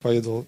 Поедал.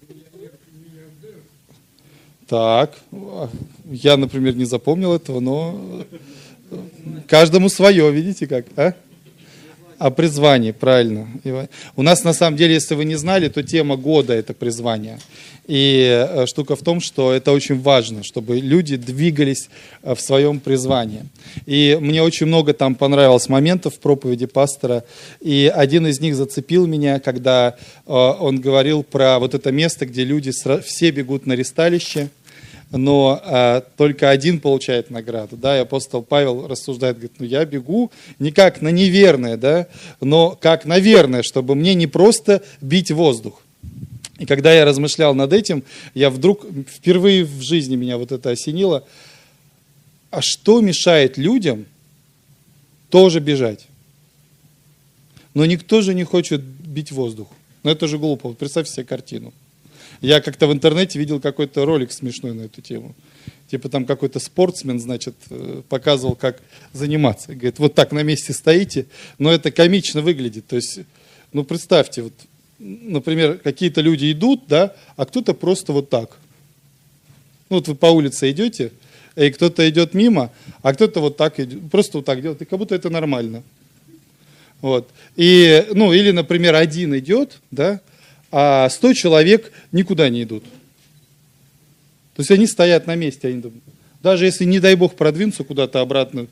Так, я, например, не запомнил этого, но каждому свое, видите как, а? О призвании, правильно. У нас, на самом деле, если вы не знали, то тема года – это призвание. И штука в том, что это очень важно, чтобы люди двигались в своем призвании. И мне очень много там понравилось моментов в проповеди пастора. И один из них зацепил меня, когда он говорил про вот это место, где люди все бегут на ристалище, но только один получает награду. Да? И апостол Павел рассуждает, говорит, ну я бегу не как на неверное, да, но как на верное, чтобы мне не просто бить воздух. И когда я размышлял над этим, я вдруг, впервые в жизни меня вот это осенило, а что мешает людям тоже бежать? Но никто же не хочет бить воздух. Ну это же глупо, вот представьте себе картину. Я как-то в интернете видел какой-то ролик смешной на эту тему. Типа там какой-то спортсмен, значит, показывал, как заниматься. Говорит, вот так на месте стоите, но это комично выглядит. То есть, ну представьте, вот, например, какие-то люди идут, да, а кто-то просто вот так. Ну вот вы по улице идете, и кто-то идет мимо, а кто-то вот так идет, просто вот так делает, и как будто это нормально. Вот. И, ну, или, например, один идет, да, а 100 человек никуда не идут. То есть они стоят на месте. Они, даже если, не дай бог, продвинутся куда-то обратно.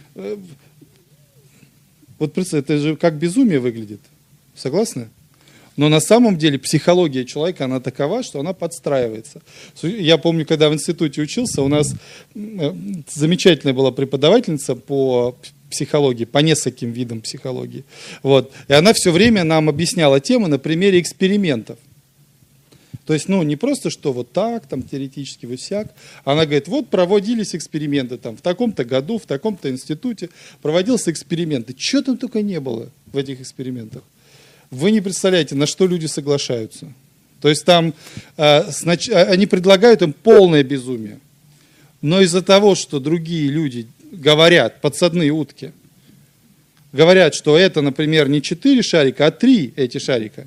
Вот представьте, это же как безумие выглядит. Согласны? Но на самом деле психология человека, она такова, что она подстраивается. Я помню, когда в институте учился, у нас замечательная была преподавательница по психологии, по нескольким видам психологии. Вот. И она все время нам объясняла темы на примере экспериментов. То есть, ну, не просто, что вот так, там, теоретически, вот сяк. Она говорит, вот проводились эксперименты там в таком-то году, в таком-то институте, проводился эксперименты. Чего там только не было в этих экспериментах. Вы не представляете, на что люди соглашаются. То есть там они предлагают им полное безумие. Но из-за того, что другие люди говорят, подсадные утки, говорят, что это, например, не 4 шарика, а 3 эти шарика.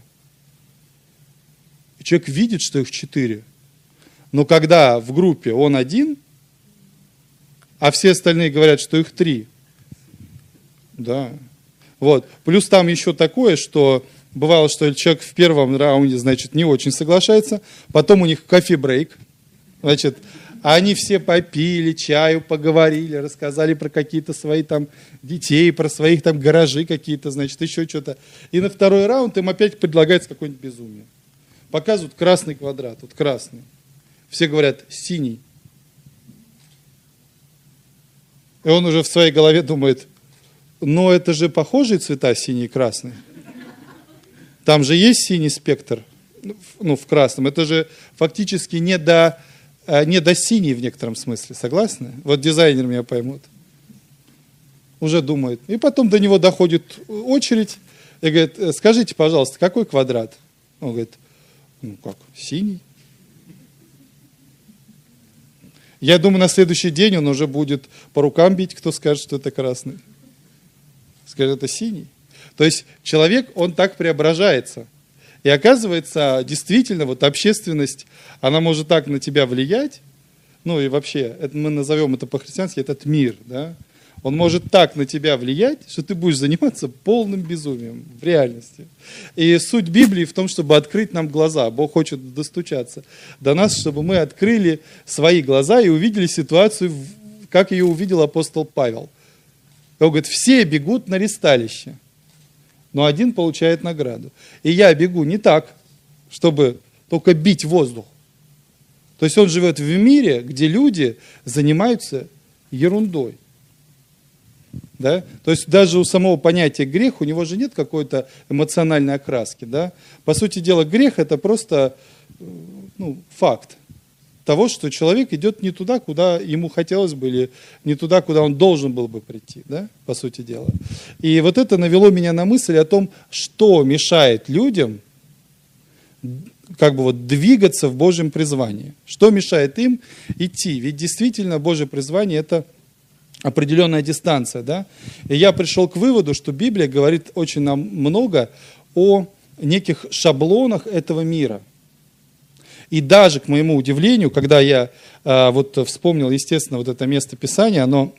И человек видит, что их 4. Но когда в группе он один, а все остальные говорят, что их 3. Да. Вот. Плюс там еще такое, что бывало, что человек в первом раунде, значит, не очень соглашается, потом у них кофе-брейк, значит, они все попили, чаю поговорили, рассказали про какие-то свои там детей, про своих там гаражи какие-то, значит, еще что-то. И на второй раунд им опять предлагается какое-нибудь безумие. Показывают красный квадрат, вот красный. Все говорят синий. И он уже в своей голове думает, но это же похожие цвета, синий и красный. Там же есть синий спектр, ну, в красном. Это же фактически не до синий в некотором смысле, согласны? Вот дизайнер меня поймут. Уже думает. И потом до него доходит очередь и говорит, скажите, пожалуйста, какой квадрат? Он говорит, ну как, синий. Я думаю, на следующий день он уже будет по рукам бить, кто скажет, что это красный. Скажет, это синий. То есть человек, он так преображается. И оказывается, действительно, вот общественность, она может так на тебя влиять, ну и вообще, это мы назовем это по-христиански, этот мир, да, он может так на тебя влиять, что ты будешь заниматься полным безумием в реальности. И суть Библии в том, чтобы открыть нам глаза. Бог хочет достучаться до нас, чтобы мы открыли свои глаза и увидели ситуацию, как ее увидел апостол Павел. Он говорит, все бегут на ристалище, но один получает награду. И я бегу не так, чтобы только бить воздух. То есть он живет в мире, где люди занимаются ерундой. Да? То есть даже у самого понятия грех, у него же нет какой-то эмоциональной окраски. Да? По сути дела, грех это просто факт того, что человек идет не туда, куда ему хотелось бы, или не туда, куда он должен был бы прийти, да? По сути дела. И вот это навело меня на мысль о том, что мешает людям как бы вот двигаться в Божьем призвании. Что мешает им идти? Ведь действительно Божье призвание – это определенная дистанция. Да? И я пришел к выводу, что Библия говорит очень нам много о неких шаблонах этого мира. И даже, к моему удивлению, когда я вот вспомнил, естественно, вот это место Писания, оно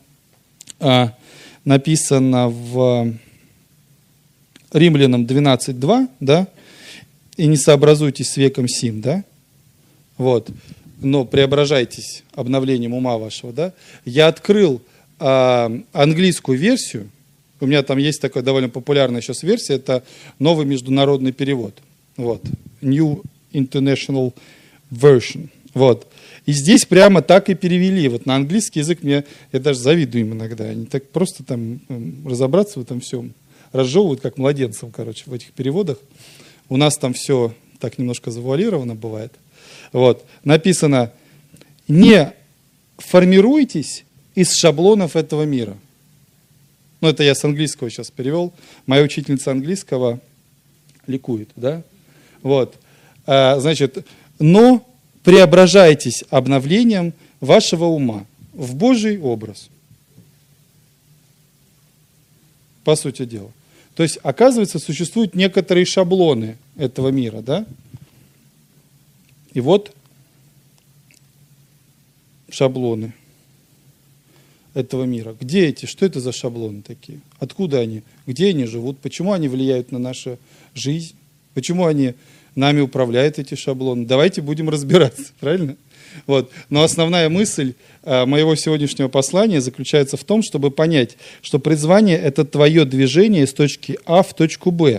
написано в Римлянам 12:2, да, и не сообразуйтесь с веком сим, да, вот, но преображайтесь обновлением ума вашего, да. Я открыл английскую версию, у меня там есть такая довольно популярная сейчас версия, это новый международный перевод, вот, New International Version, вот. И здесь прямо так и перевели. Вот на английский язык я даже завидую им иногда. Они так просто там разобраться в этом всем разжевывают, как младенцам, короче, в этих переводах. У нас там все так немножко завуалировано бывает. Вот. Написано: не формируйтесь из шаблонов этого мира. Ну, это я с английского сейчас перевел. Моя учительница английского ликует, да? Вот. Значит, но преображайтесь обновлением вашего ума в Божий образ. По сути дела. То есть, оказывается, существуют некоторые шаблоны этого мира, да? И вот шаблоны этого мира. Где эти? Что это за шаблоны такие? Откуда они? Где они живут? Почему они влияют на нашу жизнь? Почему они нами управляют, эти шаблоны? Давайте будем разбираться, правильно? Вот. Но основная мысль моего сегодняшнего послания заключается в том, чтобы понять, что призвание – это твое движение из точки А в точку Б.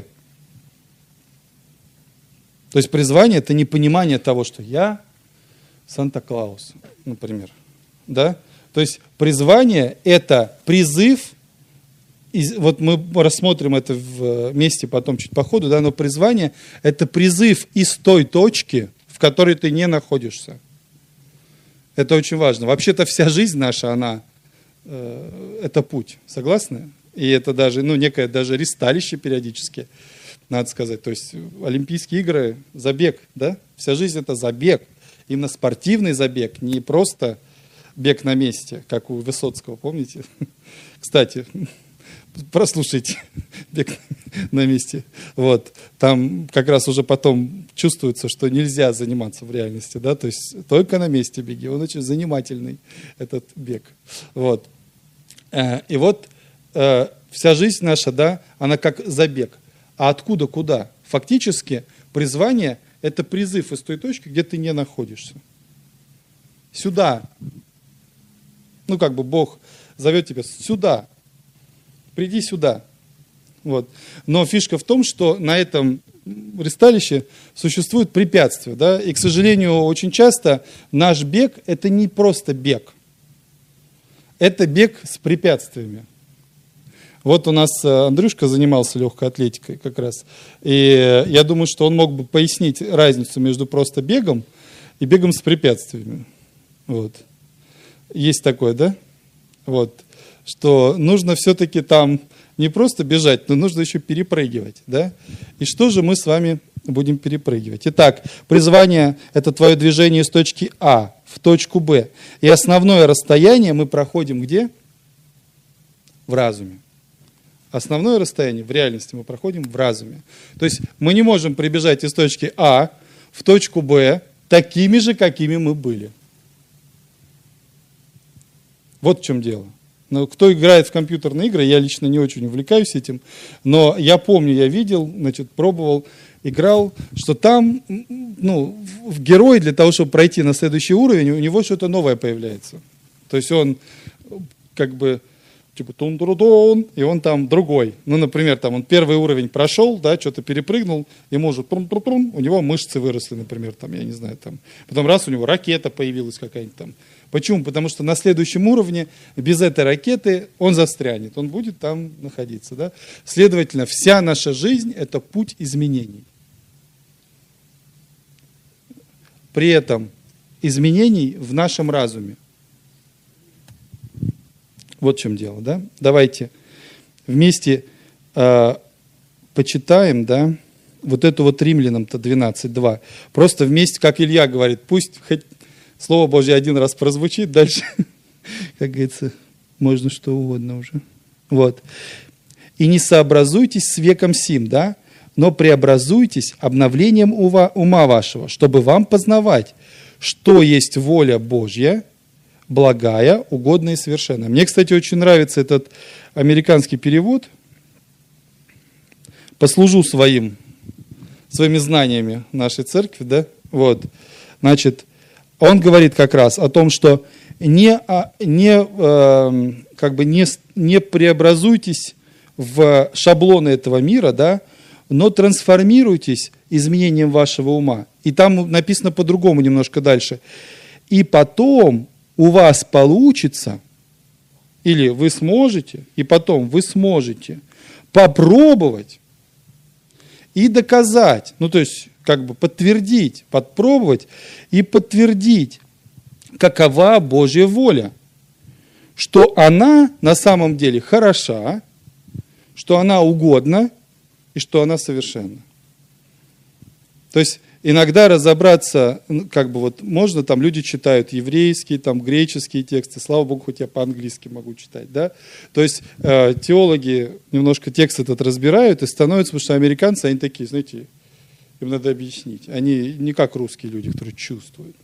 То есть призвание – это не понимание того, что я Санта-Клаус, например. Да? То есть призвание – это призыв. Вот мы рассмотрим это вместе потом чуть по ходу, да, но призвание – это призыв из той точки, в которой ты не находишься. Это очень важно. Вообще-то вся жизнь наша, это путь, согласны? И это даже, некое даже ристалище периодически, надо сказать. То есть Олимпийские игры – забег, да? Вся жизнь – это забег. Именно спортивный забег, не просто бег на месте, как у Высоцкого, помните? Кстати, прослушайте «Бег на месте». Вот. Там как раз уже потом чувствуется, что нельзя заниматься в реальности, да, то есть только на месте беги. Он очень занимательный, этот бег. Вот. И вот вся жизнь наша, да, она как забег. А откуда, куда? Фактически призвание – это призыв из той точки, где ты не находишься. Сюда. Бог зовет тебя сюда. Приди сюда. Вот. Но фишка в том, что на этом ристалище существуют препятствия. Да? И, к сожалению, очень часто наш бег – это не просто бег. Это бег с препятствиями. Вот у нас Андрюшка занимался легкой атлетикой как раз. И я думаю, что он мог бы пояснить разницу между просто бегом и бегом с препятствиями. Вот. Есть такое, да? Вот. Что нужно все-таки там не просто бежать, но нужно еще перепрыгивать, да? И что же мы с вами будем перепрыгивать? Итак, призвание – это твое движение из точки А в точку Б. И основное расстояние мы проходим где? В разуме. Основное расстояние в реальности мы проходим в разуме. То есть мы не можем прибежать из точки А в точку Б такими же, какими мы были. Вот в чем дело. Но кто играет в компьютерные игры, я лично не очень увлекаюсь этим, но я помню, я видел, пробовал, играл, что там, в герое для того, чтобы пройти на следующий уровень, у него что-то новое появляется. То есть он тун-туру-дун, и он там другой. Например, там он первый уровень прошел, да, что-то перепрыгнул, и может трун-трун-трун, у него мышцы выросли, например, там, я не знаю, там. Потом раз у него ракета появилась какая-нибудь там. Почему? Потому что на следующем уровне без этой ракеты он застрянет, он будет там находиться, да. Следовательно, вся наша жизнь – это путь изменений. При этом изменений в нашем разуме. Вот в чем дело, да? Давайте вместе почитаем, да, вот эту вот Римлянам-то 12:2. Просто вместе, как Илья говорит, пусть хоть Слово Божье один раз прозвучит, дальше, как говорится, можно что угодно уже. Вот. «И не сообразуйтесь с веком сим», да? но преобразуйтесь обновлением ума вашего, чтобы вам познавать, что есть воля Божья, благая, угодная и совершенная. Мне, кстати, очень нравится этот американский перевод. Послужу своими знаниями нашей церкви, да? Вот. Значит, он говорит как раз о том, что не преобразуйтесь в шаблоны этого мира, да, но трансформируйтесь изменением вашего ума. И там написано по-другому немножко дальше. И потом у вас получится, или вы сможете, и потом вы сможете попробовать и доказать, ну то есть как бы подтвердить, попробовать и подтвердить, какова Божья воля, что она на самом деле хороша, что она угодна и что она совершенна. То есть иногда разобраться, как бы вот можно, там люди читают еврейские, там греческие тексты, слава Богу, хоть я по-английски могу читать, да. То есть теологи немножко текст этот разбирают и становятся, потому что американцы, они такие, знаете, им надо объяснить. Они не как русские люди, которые чувствуют.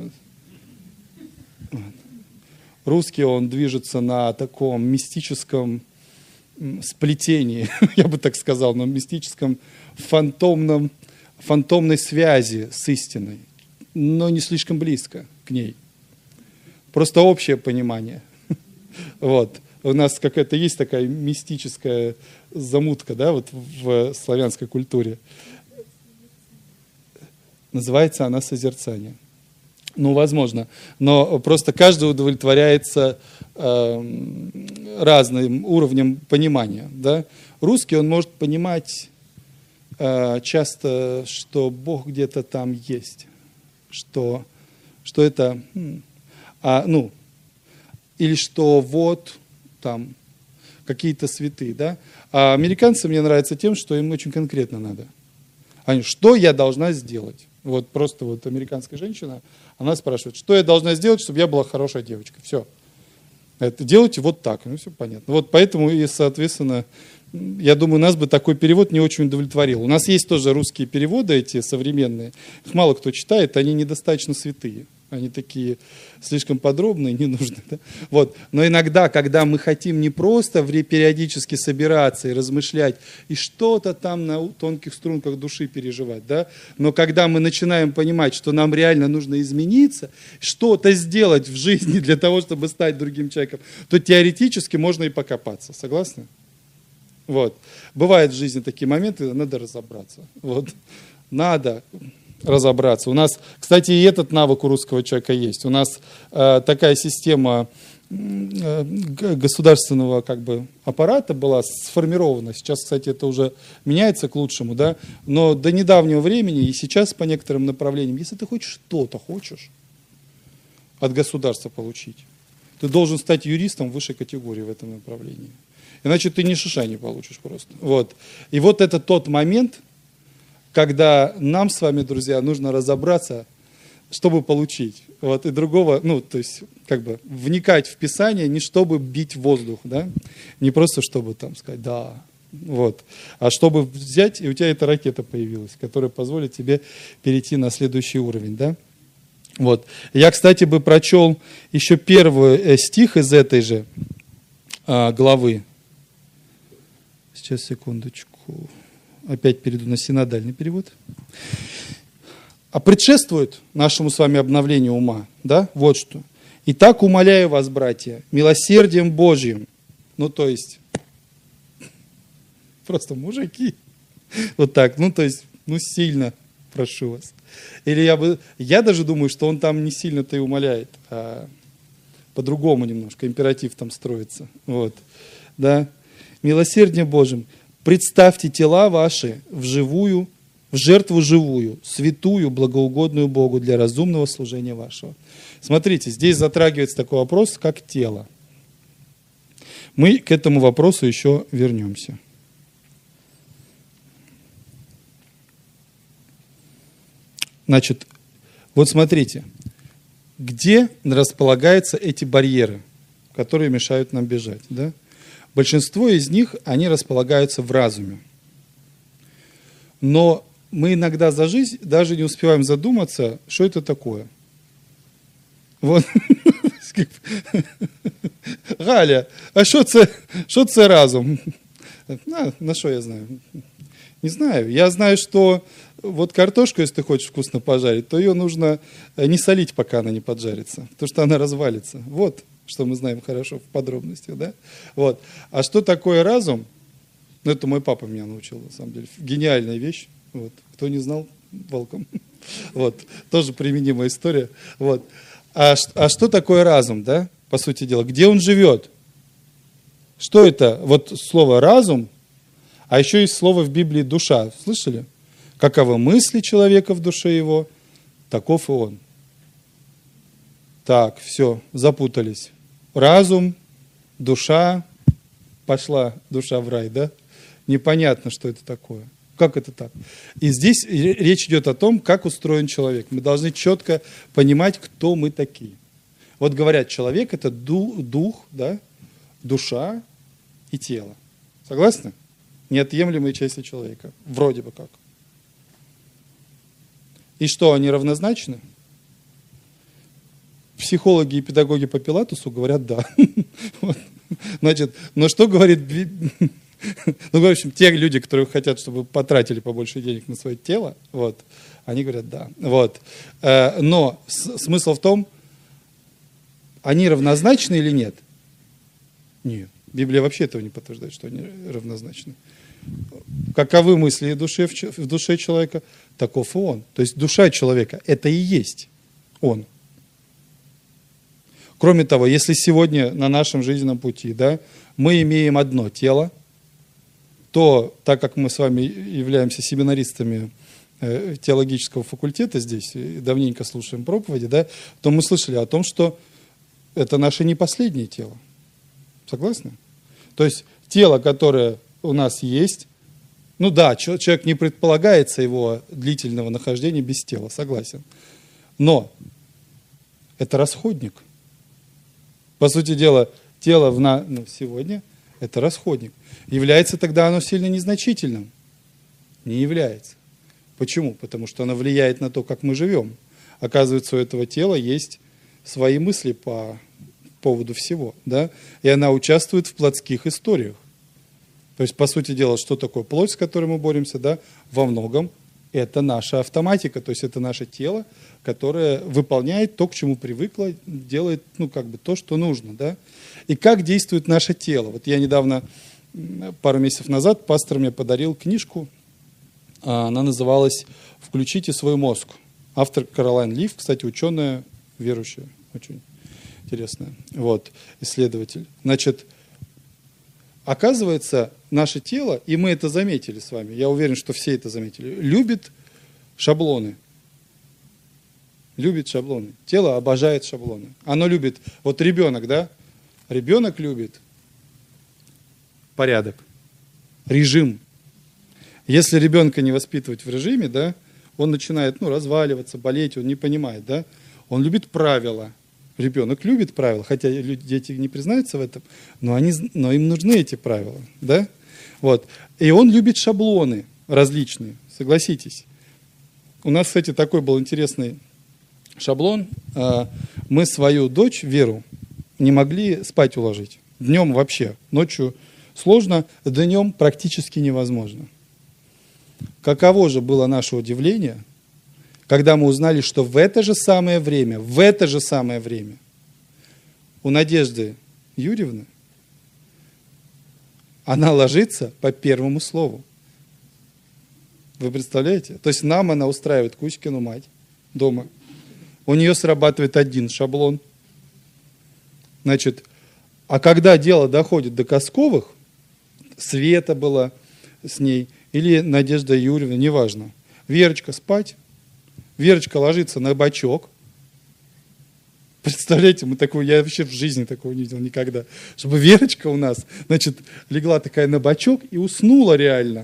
Русский, он движется на таком мистическом сплетении, я бы так сказал, на мистическом фантомной связи с истиной, но не слишком близко к ней. Просто общее понимание. Вот. У нас какая-то есть такая мистическая замутка, да, вот в славянской культуре. Называется она созерцание. Ну, возможно. Но просто каждый удовлетворяется разным уровнем понимания. Да? Русский, он может понимать часто, что Бог где-то там есть. Что это... или что вот там какие-то святые. Да? А американцы мне нравятся тем, что им очень конкретно надо. Они, что я должна сделать? Вот просто вот американская женщина, она спрашивает, что я должна сделать, чтобы я была хорошая девочка. Все. Это делайте вот так. Ну, все понятно. Вот поэтому и, соответственно, я думаю, нас бы такой перевод не очень удовлетворил. У нас есть тоже русские переводы, эти современные. Их мало кто читает, они недостаточно святые. Они такие слишком подробные, не нужны. Да? Вот. Но иногда, когда мы хотим не просто периодически собираться и размышлять, и что-то там на тонких струнках души переживать, да? Но когда мы начинаем понимать, что нам реально нужно измениться, что-то сделать в жизни для того, чтобы стать другим человеком, то теоретически можно и покопаться. Согласны? Вот. Бывают в жизни такие моменты, надо разобраться. Вот. Надо разобраться. У нас, кстати, и этот навык у русского человека есть. У нас такая система государственного как бы аппарата была сформирована. Сейчас, кстати, это уже меняется к лучшему, да. Но до недавнего времени и сейчас по некоторым направлениям, если ты хочешь что-то хочешь от государства получить, ты должен стать юристом высшей категории в этом направлении. Иначе ты ни шиша не получишь просто. Вот. И вот это тот момент, когда нам с вами, друзья, нужно разобраться, чтобы получить. Вот, и другого, то есть, как бы, вникать в Писание не чтобы бить воздух, да, не просто чтобы там сказать, да, вот, а чтобы взять, и у тебя эта ракета появилась, которая позволит тебе перейти на следующий уровень, да. Вот. Я, кстати, бы прочел еще первый стих из этой же главы. Сейчас, секундочку. Опять перейду на синодальный перевод. А предшествует нашему с вами обновлению ума, да, вот что. «Итак, умоляю вас, братья, милосердием Божьим». Ну, то есть, просто мужики. Вот так, то есть, сильно прошу вас. Или я даже думаю, что он там не сильно-то и умоляет, а по-другому немножко, императив там строится. Вот, да. «Милосердием Божьим представьте тела ваши в жертву живую, святую, благоугодную Богу для разумного служения вашего». Смотрите, здесь затрагивается такой вопрос, как тело. Мы к этому вопросу еще вернемся. Значит, вот смотрите, где располагаются эти барьеры, которые мешают нам бежать, да? Большинство из них, они располагаются в разуме. Но мы иногда за жизнь даже не успеваем задуматься, что это такое. Вот. Галя, а що це разум? На что я знаю? Не знаю. Я знаю, что вот картошку, если ты хочешь вкусно пожарить, то ее нужно не солить, пока она не поджарится, потому что она развалится. Вот что мы знаем хорошо в подробностях, да? Вот. А что такое разум? Ну, это мой папа меня научил, на самом деле. Гениальная вещь. Вот. Кто не знал, welcome. Вот. Тоже применимая история. Вот. А что такое разум, да? По сути дела. Где он живет? Что это? Вот слово разум, а еще есть слово в Библии душа. Слышали? Каковы мысли человека в душе его, таков и он. Так, все, запутались. Разум, душа, пошла душа в рай, да? Непонятно, что это такое. Как это так? И здесь речь идет о том, как устроен человек. Мы должны четко понимать, кто мы такие. Вот говорят, человек – это дух, да? Душа и тело. Согласны? Неотъемлемые части человека. Вроде бы как. И что, они равнозначны? Психологи и педагоги по Пилатусу говорят «да». Значит, но что говорит... Ну, в общем, те люди, которые хотят, чтобы потратили побольше денег на свое тело, вот, они говорят «да». Вот. Но смысл в том, они равнозначны или нет? Нет. Библия вообще этого не подтверждает, что они равнозначны. Каковы мысли в душе человека, таков и он. То есть душа человека – это и есть он. Кроме того, если сегодня на нашем жизненном пути, да, мы имеем одно тело, то, так как мы с вами являемся семинаристами теологического факультета здесь, и давненько слушаем проповеди, да, то мы слышали о том, что это наше не последнее тело. Согласны? То есть тело, которое у нас есть, ну да, человек не предполагается его длительного нахождения без тела, согласен. Но это расходник. По сути дела, тело сегодня – это расходник. Является тогда оно сильно незначительным? Не является. Почему? Потому что оно влияет на то, как мы живем. Оказывается, у этого тела есть свои мысли по поводу всего, да? И она участвует в плотских историях. То есть, по сути дела, что такое плоть, с которой мы боремся, да? Во многом это наша автоматика, то есть это наше тело, которое выполняет то, к чему привыкло, делает, то, что нужно, да? И как действует наше тело? Вот я недавно, пару месяцев назад, пастор мне подарил книжку, она называлась «Включите свой мозг». Автор Каролайн Лив, кстати, ученая, верующая, очень интересная, вот, исследователь. Значит, оказывается, наше тело, и мы это заметили с вами, я уверен, что все это заметили, любит шаблоны. Любит шаблоны. Тело обожает шаблоны. Оно любит, вот ребенок, да? Ребенок любит порядок, режим. Если ребенка не воспитывать в режиме, да, он начинает, разваливаться, болеть, он не понимает, да? Он любит правила. Ребенок любит правила, хотя дети не признаются в этом, но им нужны эти правила, да? Вот. И он любит шаблоны различные, согласитесь. У нас, кстати, такой был интересный шаблон. Мы свою дочь, Веру, не могли спать уложить. Днем вообще, ночью сложно, днем практически невозможно. Каково же было наше удивление, когда мы узнали, что в это же самое время у Надежды Юрьевны она ложится по первому слову. Вы представляете? То есть нам она устраивает Кузькину мать дома. У нее срабатывает один шаблон. Значит, а когда дело доходит до Косковых, Света была с ней, или Надежда Юрьевна, неважно. Верочка спать. Верочка ложится на бочок. Представляете, я вообще в жизни такого не видел никогда. Чтобы Верочка у нас, значит, легла такая на бочок и уснула реально.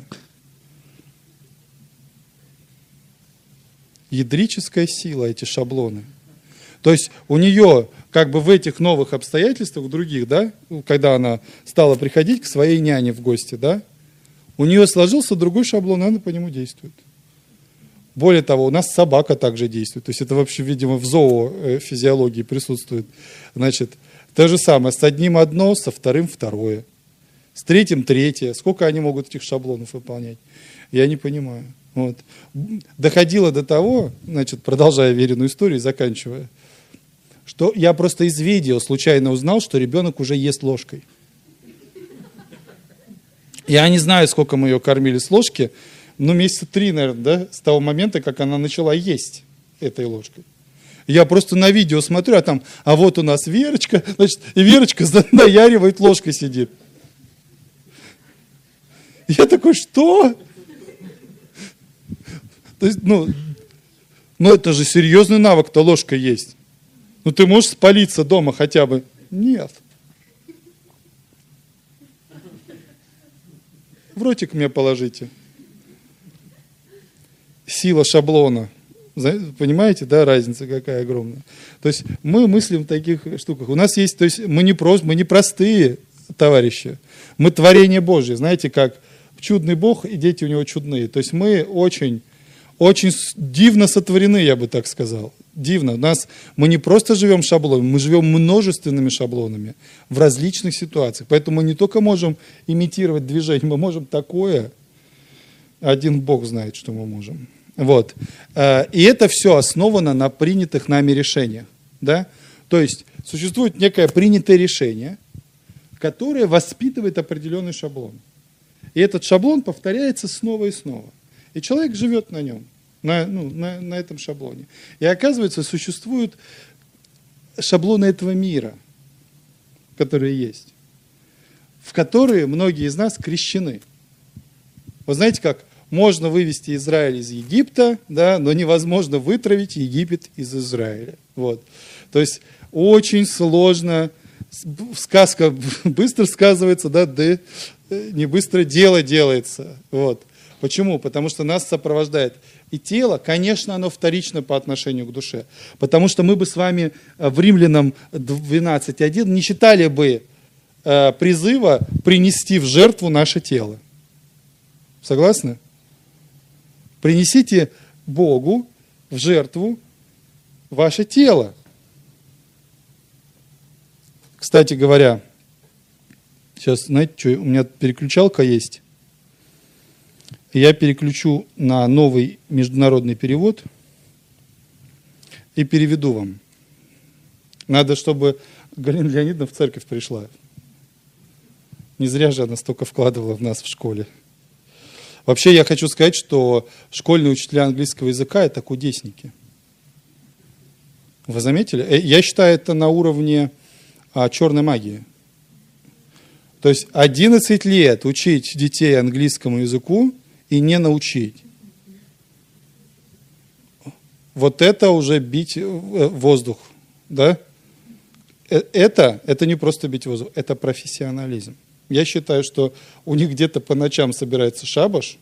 Ядрическая сила, эти шаблоны. То есть у нее в этих новых обстоятельствах, других, да, когда она стала приходить к своей няне в гости, да, У нее сложился другой шаблон, и она по нему действует. Более того, у нас собака также действует. То есть это вообще, видимо, в зоофизиологии присутствует. Значит, то же самое. С одним одно, со вторым второе. С третьим третье. Сколько они могут этих шаблонов выполнять? Я не понимаю. Вот. Доходило до того, значит, продолжая веренную историю, заканчивая, что я просто из видео случайно узнал, что ребенок уже ест ложкой. Я не знаю, сколько мы ее кормили с ложки, но месяца 3, наверное, да, с того момента, как она начала есть этой ложкой. Я просто на видео смотрю, а вот у нас Верочка, значит, и Верочка наяривает, ложкой сидит. Я такой, что? То есть, это же серьезный навык-то ложкой есть. Ты можешь спалиться дома хотя бы? Нет. В ротик мне положите. Сила шаблона. Понимаете, да, разница какая огромная. То есть мы мыслим в таких штуках. У нас есть, то есть мы не простые товарищи. Мы творение Божье. Знаете, как чудный Бог, и дети у него чудные. То есть мы очень, очень дивно сотворены, я бы так сказал. Дивно. Мы не просто живем шаблонами, мы живем множественными шаблонами в различных ситуациях. Поэтому мы не только можем имитировать движение, мы можем такое. Один Бог знает, что мы можем. Вот. И это все основано на принятых нами решениях. Да? То есть существует некое принятое решение, которое воспитывает определенный шаблон. И этот шаблон повторяется снова и снова. И человек живет на нем, на этом шаблоне. И оказывается, существуют шаблоны этого мира, которые есть, в которые многие из нас крещены. Вы знаете как? Можно вывести Израиль из Египта, да, но невозможно вытравить Египет из Израиля. Вот. То есть очень сложно, сказка быстро сказывается, да не быстро дело делается. Вот. Почему? Потому что нас сопровождает и тело, конечно, оно вторично по отношению к душе. Потому что мы бы с вами в Римлянам 12:1 не читали бы призыва принести в жертву наше тело. Согласны? Принесите Богу в жертву ваше тело. Кстати говоря, сейчас, знаете, что, у меня переключалка есть. Я переключу на новый международный перевод и переведу вам. Надо, чтобы Галина Леонидовна в церковь пришла. Не зря же она столько вкладывала в нас в школе. Вообще я хочу сказать, что школьные учителя английского языка – это кудесники. Вы заметили? Я считаю, это на уровне черной магии. То есть 11 лет учить детей английскому языку и не научить. Вот это уже бить воздух. Да? Это не просто бить воздух, это профессионализм. Я считаю, что у них где-то по ночам собирается шабаш,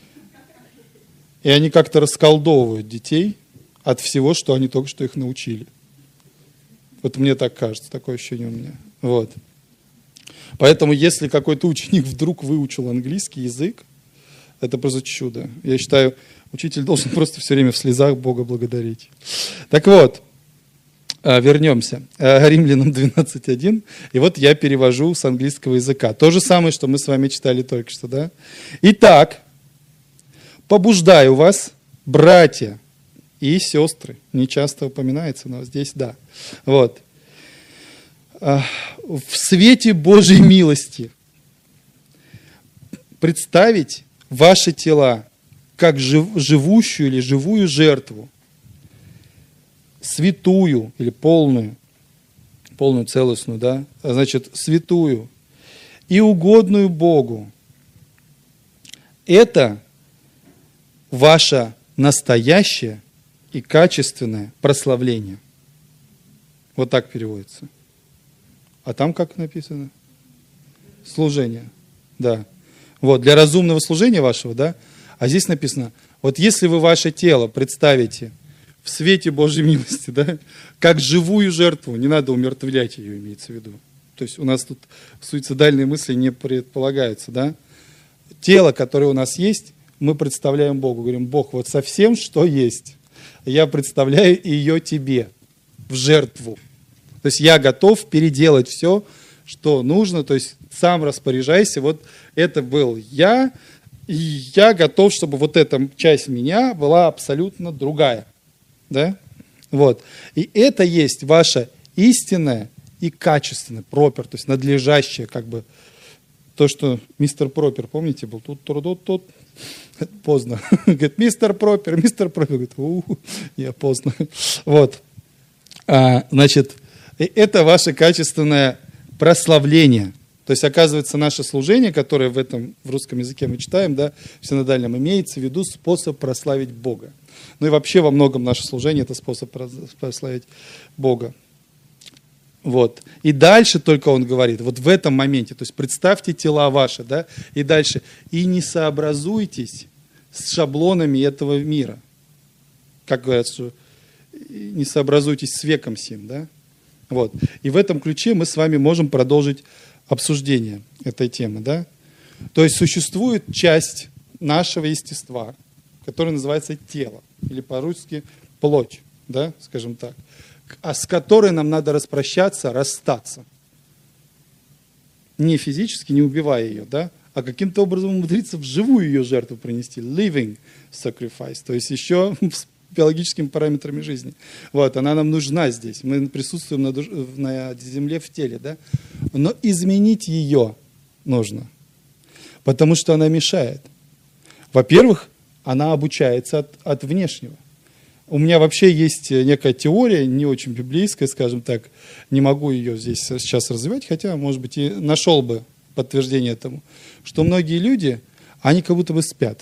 и они как-то расколдовывают детей от всего, что они только что их научили. Вот мне так кажется, такое ощущение у меня. Вот. Поэтому, если какой-то ученик вдруг выучил английский язык, это просто чудо. Я считаю, учитель должен просто все время в слезах Бога благодарить. Так вот, вернемся. Римлянам 12:1. И вот я перевожу с английского языка. То же самое, что мы с вами читали только что. Да? Итак, побуждаю вас, братья и сестры. Не часто упоминается, но здесь да. Вот. В свете Божьей милости представить ваши тела как живущую или живую жертву, святую или полную целостную, да, значит, святую и угодную Богу. Это ваше настоящее и качественное прославление. Вот так переводится. А там как написано? Служение. Да. Вот, для разумного служения вашего, да. А здесь написано, вот если вы ваше тело представите в свете Божьей милости, да, как живую жертву, не надо умертвлять ее, имеется в виду. То есть у нас тут суицидальные мысли не предполагаются, да. тело, которое у нас есть, мы представляем Богу. Говорим: Бог, вот со всем, что есть, я представляю ее тебе в жертву. То есть я готов переделать все, что нужно, то есть сам распоряжайся. Вот это был я, и я готов, чтобы вот эта часть меня была абсолютно другая. Да? Вот. И это есть ваша истинная и качественная, пропер, то есть надлежащее, как бы, то, что мистер Пропер, помните, был тут, поздно. Говорит: мистер Пропер, говорит: я поздно. Вот. Значит, это ваше качественное прославление. То есть, оказывается, наше служение, которое в русском языке мы читаем, да, в синодальном, имеется в виду способ прославить Бога. Ну и вообще во многом наше служение – это способ прославить Бога. Вот. И дальше только он говорит, вот в этом моменте, то есть представьте тела ваши, да, и дальше, и не сообразуйтесь с шаблонами этого мира. Как говорят, что не сообразуйтесь с веком сим, да. Вот. И в этом ключе мы с вами можем продолжить обсуждение этой темы, да. То есть существует часть нашего естества, которая называется тело, или по-русски плоть, да, скажем так, а с которой нам надо распрощаться, расстаться. Не физически, не убивая ее, да, а каким-то образом умудриться вживую ее жертву принести. Living sacrifice, то есть еще с биологическими параметрами жизни. Вот, она нам нужна здесь. Мы присутствуем на земле в теле, да, но изменить ее нужно, потому что она мешает. Во-первых, она обучается от внешнего. У меня вообще есть некая теория, не очень библейская, скажем так, не могу ее здесь сейчас развивать, хотя, может быть, и нашел бы подтверждение этому, что многие люди, они как будто бы спят.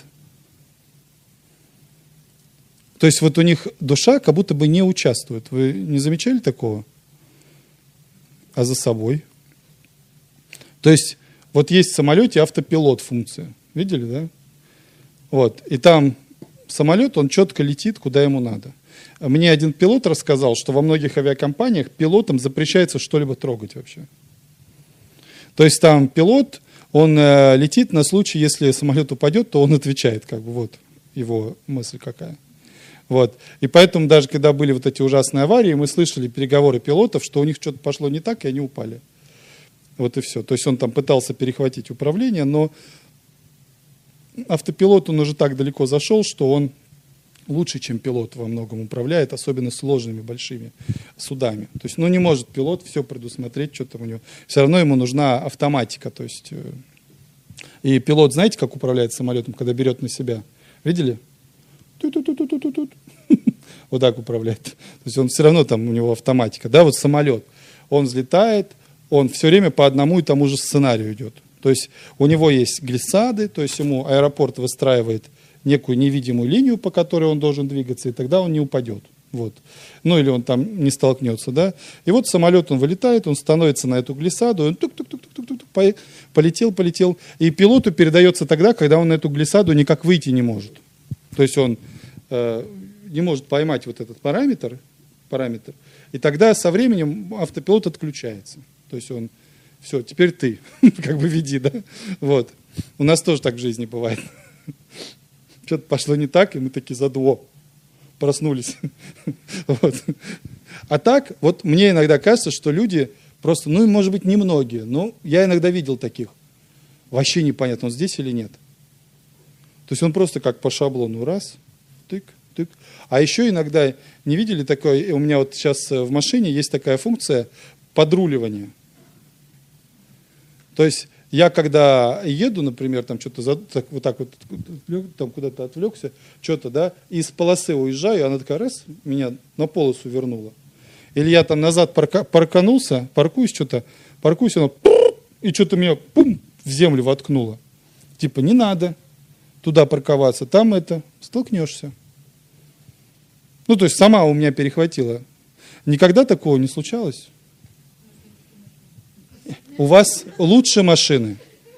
То есть вот у них душа как будто бы не участвует. Вы не замечали такого? А за собой? То есть вот есть в самолете автопилот функция. Видели, да? Вот. И там самолет, он четко летит, куда ему надо. Мне один пилот рассказал, что во многих авиакомпаниях пилотам запрещается что-либо трогать вообще. То есть там пилот, он летит на случай, если самолет упадет, то он отвечает, как бы вот его мысль какая. Вот. И поэтому даже когда были вот эти ужасные аварии, мы слышали переговоры пилотов, что у них что-то пошло не так, и они упали. Вот и все. То есть он там пытался перехватить управление, но автопилот, он уже так далеко зашел, что он лучше, чем пилот во многом управляет, особенно сложными большими судами. То есть, не может пилот все предусмотреть, что там у него. Все равно ему нужна автоматика. То есть, и пилот, знаете, как управляет самолетом, когда берет на себя? Видели? Ту-ту-ту-ту-ту-ту. Вот так управляет. То есть он все равно там у него автоматика. Да, вот самолет. Он взлетает, он все время по одному и тому же сценарию идет. То есть у него есть глиссады, то есть ему аэропорт выстраивает некую невидимую линию, по которой он должен двигаться, и тогда он не упадет. Вот. Ну или он там не столкнется. Да? И вот самолет, он вылетает, он становится на эту глиссаду, он тук-тук-тук-тук-тук, полетел. И пилоту передается тогда, когда он на эту глиссаду никак выйти не может. То есть он не может поймать вот этот параметр, и тогда со временем автопилот отключается. То есть он: все, теперь ты, как бы веди, да? Вот. У нас тоже так в жизни бывает. Что-то пошло не так, и мы такие проснулись. Вот. А так, вот мне иногда кажется, что люди просто, может быть, немногие, но я иногда видел таких. Вообще непонятно, он здесь или нет. То есть он просто как по шаблону, раз, тык. А еще иногда, не видели такое, у меня вот сейчас в машине есть такая функция подруливания. То есть я когда еду, например, там что-то вот так вот там куда-то отвлекся, что-то, да, и с полосы уезжаю, она такая раз, меня на полосу вернула. Или я там назад паркуюсь, она и что-то меня в землю воткнуло. Типа не надо туда парковаться, там столкнешься. То есть сама у меня перехватила. Никогда такого не случалось? У вас лучше машины.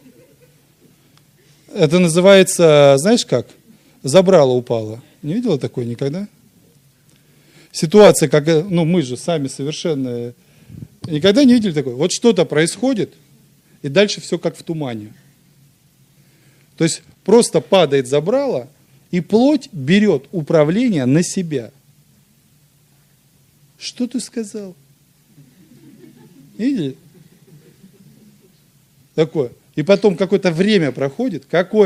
Это называется, знаешь как? Забрало упало. Не видела такое никогда? Ситуация, как, мы же сами совершенно никогда не видели такое. Вот что-то происходит, и дальше все как в тумане. То есть просто падает забрало, и плоть берет управление на себя. Что ты сказал? Видели? Такое. И потом какое-то время проходит.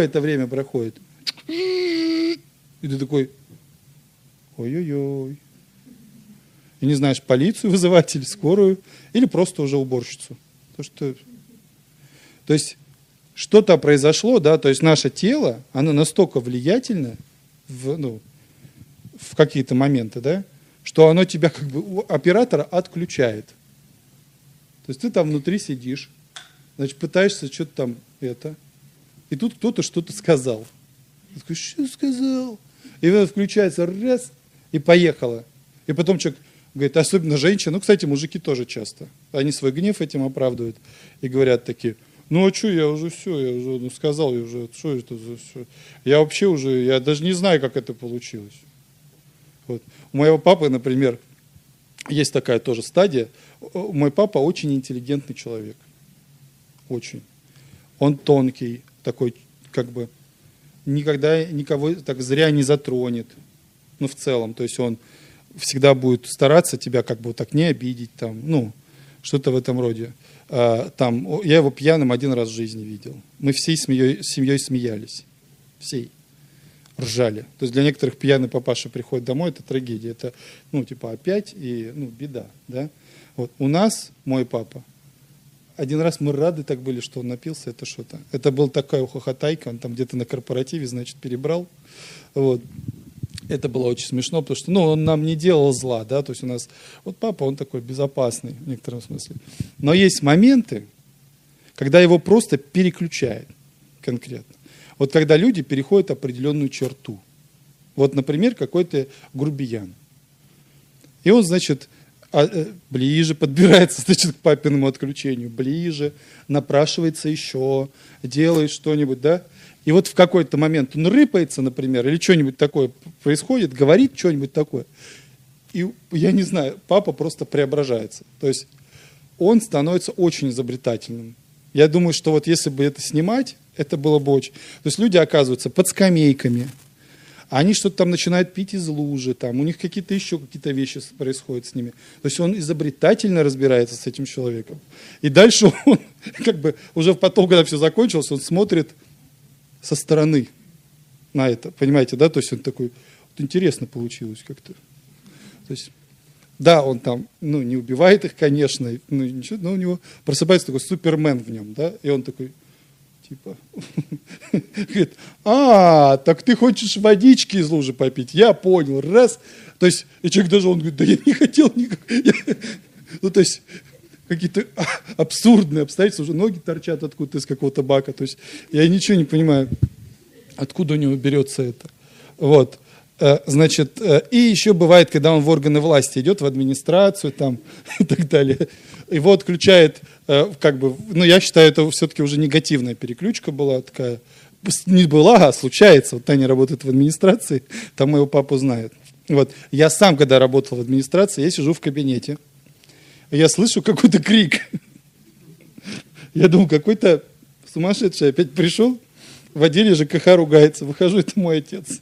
И ты такой, ой-ой-ой. И не знаешь, полицию вызывать или скорую, или просто уже уборщицу. То есть что-то произошло, да, то есть наше тело, оно настолько влиятельно в какие-то моменты, да, что оно тебя как бы у оператора отключает. То есть ты там внутри сидишь, значит, пытаешься что-то там и тут кто-то что-то сказал. Ты такой, что сказал? И вот включается раз, и поехало. И потом человек говорит, особенно женщины, ну, кстати, мужики тоже часто, они свой гнев этим оправдывают и говорят такие, ну, а что, я уже сказал, что это за все? Я вообще я даже не знаю, как это получилось. Вот. У моего папы, например, есть такая тоже стадия. Мой папа очень интеллигентный человек. Очень. Он тонкий, такой, как бы, никогда никого так зря не затронет. Ну, в целом. То есть он всегда будет стараться тебя как бы вот так не обидеть, там, ну, что-то в этом роде. Там, я его пьяным один раз в жизни видел. Мы всей семьей смеялись. Всей. Ржали. То есть для некоторых пьяный папаша приходит домой, это трагедия. Это, ну, типа опять и, ну, беда, да. Вот. У нас мой папа, один раз мы рады так были, что он напился, это что-то. Это был такая ухохотайка, он там где-то на корпоративе, значит, перебрал. Вот. Это было очень смешно, потому что, ну, он нам не делал зла, да, то есть у нас, вот папа, он такой безопасный в некотором смысле. Но есть моменты, когда его просто переключает конкретно. Вот когда люди переходят определенную черту. Вот, например, какой-то грубиян. И он, значит, ближе подбирается, значит, к папиному отключению, ближе, напрашивается еще, делает что-нибудь, да. И вот в какой-то момент он рыпается, например, или что-нибудь такое происходит, говорит что-нибудь такое. И, я не знаю, папа просто преображается. То есть он становится очень изобретательным. Я думаю, что вот если бы это снимать, это было бы очень... То есть люди оказываются под скамейками, они что-то там начинают пить из лужи, там, у них еще какие-то вещи происходят с ними. То есть он изобретательно разбирается с этим человеком. И дальше он, как бы, уже потом, когда все закончилось, он смотрит со стороны на это, понимаете, да? То есть он такой, вот интересно получилось как-то. То есть, да, он там, ну, не убивает их, конечно, ну, ничего, но у него просыпается такой супермен в нем, да? И он такой... Типа, говорит, так ты хочешь водички из лужи попить? Я понял, раз. То есть, и человек даже, он говорит, да я не хотел никак. Ну, то есть, какие-то абсурдные обстоятельства, уже ноги торчат откуда-то из какого-то бака. То есть, я ничего не понимаю, откуда у него берется это. Вот. Значит, и еще бывает, когда он в органы власти идет, в администрацию там и так далее. Его отключает, как бы, ну, я считаю, это все-таки уже негативная переключка была такая. Не была, а случается. Вот Таня работает в администрации, там моего папу знает. Вот. Я сам, когда работал в администрации, я сижу в кабинете, я слышу какой-то крик. Я думаю, какой-то сумасшедший опять пришел, в отделе ЖКХ ругается. Выхожу, это мой отец.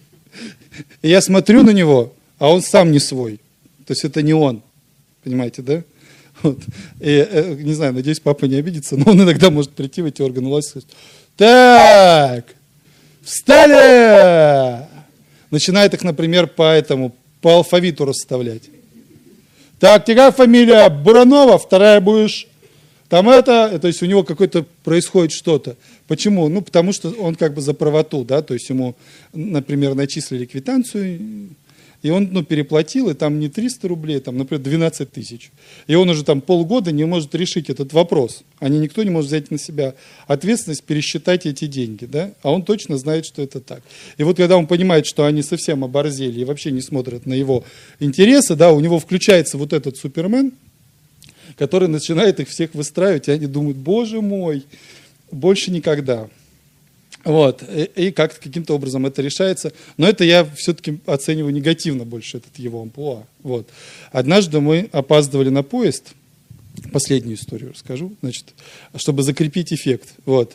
И я смотрю на него, а он сам не свой. То есть это не он. Понимаете, да? Вот. И, не знаю, надеюсь, папа не обидится, но он иногда может прийти в эти органы власти и сказать, так, встали! Начинает их, например, по алфавиту расставлять. Так, тебя фамилия Буранова, вторая будешь... Там то есть у него какое-то происходит что-то. Почему? Ну, потому что он как бы за правоту, да, то есть ему, например, начислили квитанцию, и он, ну, переплатил, и там не 300 рублей, там, например, 12 тысяч. И он уже там полгода не может решить этот вопрос. Никто не может взять на себя ответственность пересчитать эти деньги, да, а он точно знает, что это так. И вот когда он понимает, что они совсем оборзели и вообще не смотрят на его интересы, да, у него включается вот этот супермен, который начинает их всех выстраивать, и они думают, боже мой, больше никогда. Вот. И каким-то образом это решается. Но это я все-таки оцениваю негативно больше, этот его амплуа. Вот. Однажды мы опаздывали на поезд, последнюю историю расскажу, значит, чтобы закрепить эффект. Вот.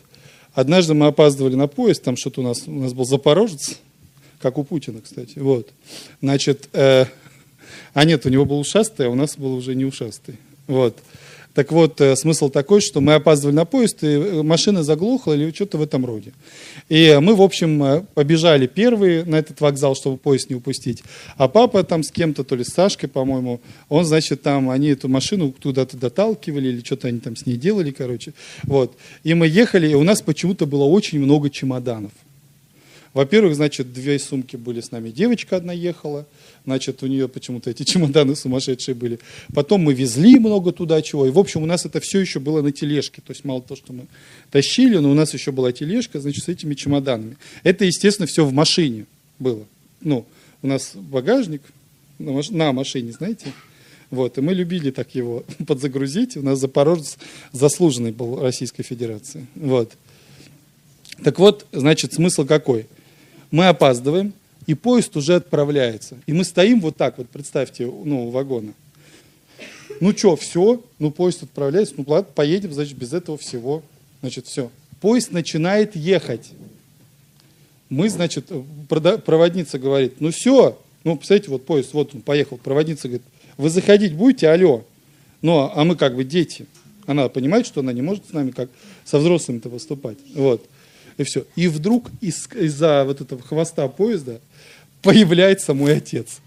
однажды мы опаздывали на поезд, там что-то у нас был запорожец, как у Путина, кстати, вот. Значит, нет, у него был ушастый, а у нас был уже не ушастый, вот. Так вот, смысл такой, что мы опаздывали на поезд, и машина заглохла или что-то в этом роде. И мы, в общем, побежали первые на этот вокзал, чтобы поезд не упустить. А папа там с кем-то, то ли с Сашкой, по-моему, он, значит, там, они эту машину куда-то доталкивали, или что-то они там с ней делали, короче. Вот. И мы ехали, и у нас почему-то было очень много чемоданов. Во-первых, значит, 2 сумки были с нами, девочка одна ехала, значит, у нее почему-то эти чемоданы сумасшедшие были. Потом мы везли много туда чего, и, в общем, у нас это все еще было на тележке, то есть мало того, что мы тащили, но у нас еще была тележка, значит, с этими чемоданами. Это, естественно, все в машине было. Ну, у нас багажник на машине, знаете, вот, и мы любили так его подзагрузить, у нас запорожец заслуженный был Российской Федерации, вот. Так вот, значит, смысл какой? Мы опаздываем, и поезд уже отправляется. И мы стоим вот так вот, представьте, у вагона. Ну что, все, поезд отправляется, ладно, поедем, значит, без этого всего. Значит, все. Поезд начинает ехать. Мы, значит, проводница говорит, все, представляете, вот поезд, вот он поехал, проводница говорит, вы заходить будете, алло. А мы как бы дети. Она понимает, что она не может с нами как со взрослыми-то выступать. Вот. И все. И вдруг из-за вот этого хвоста поезда появляется мой отец.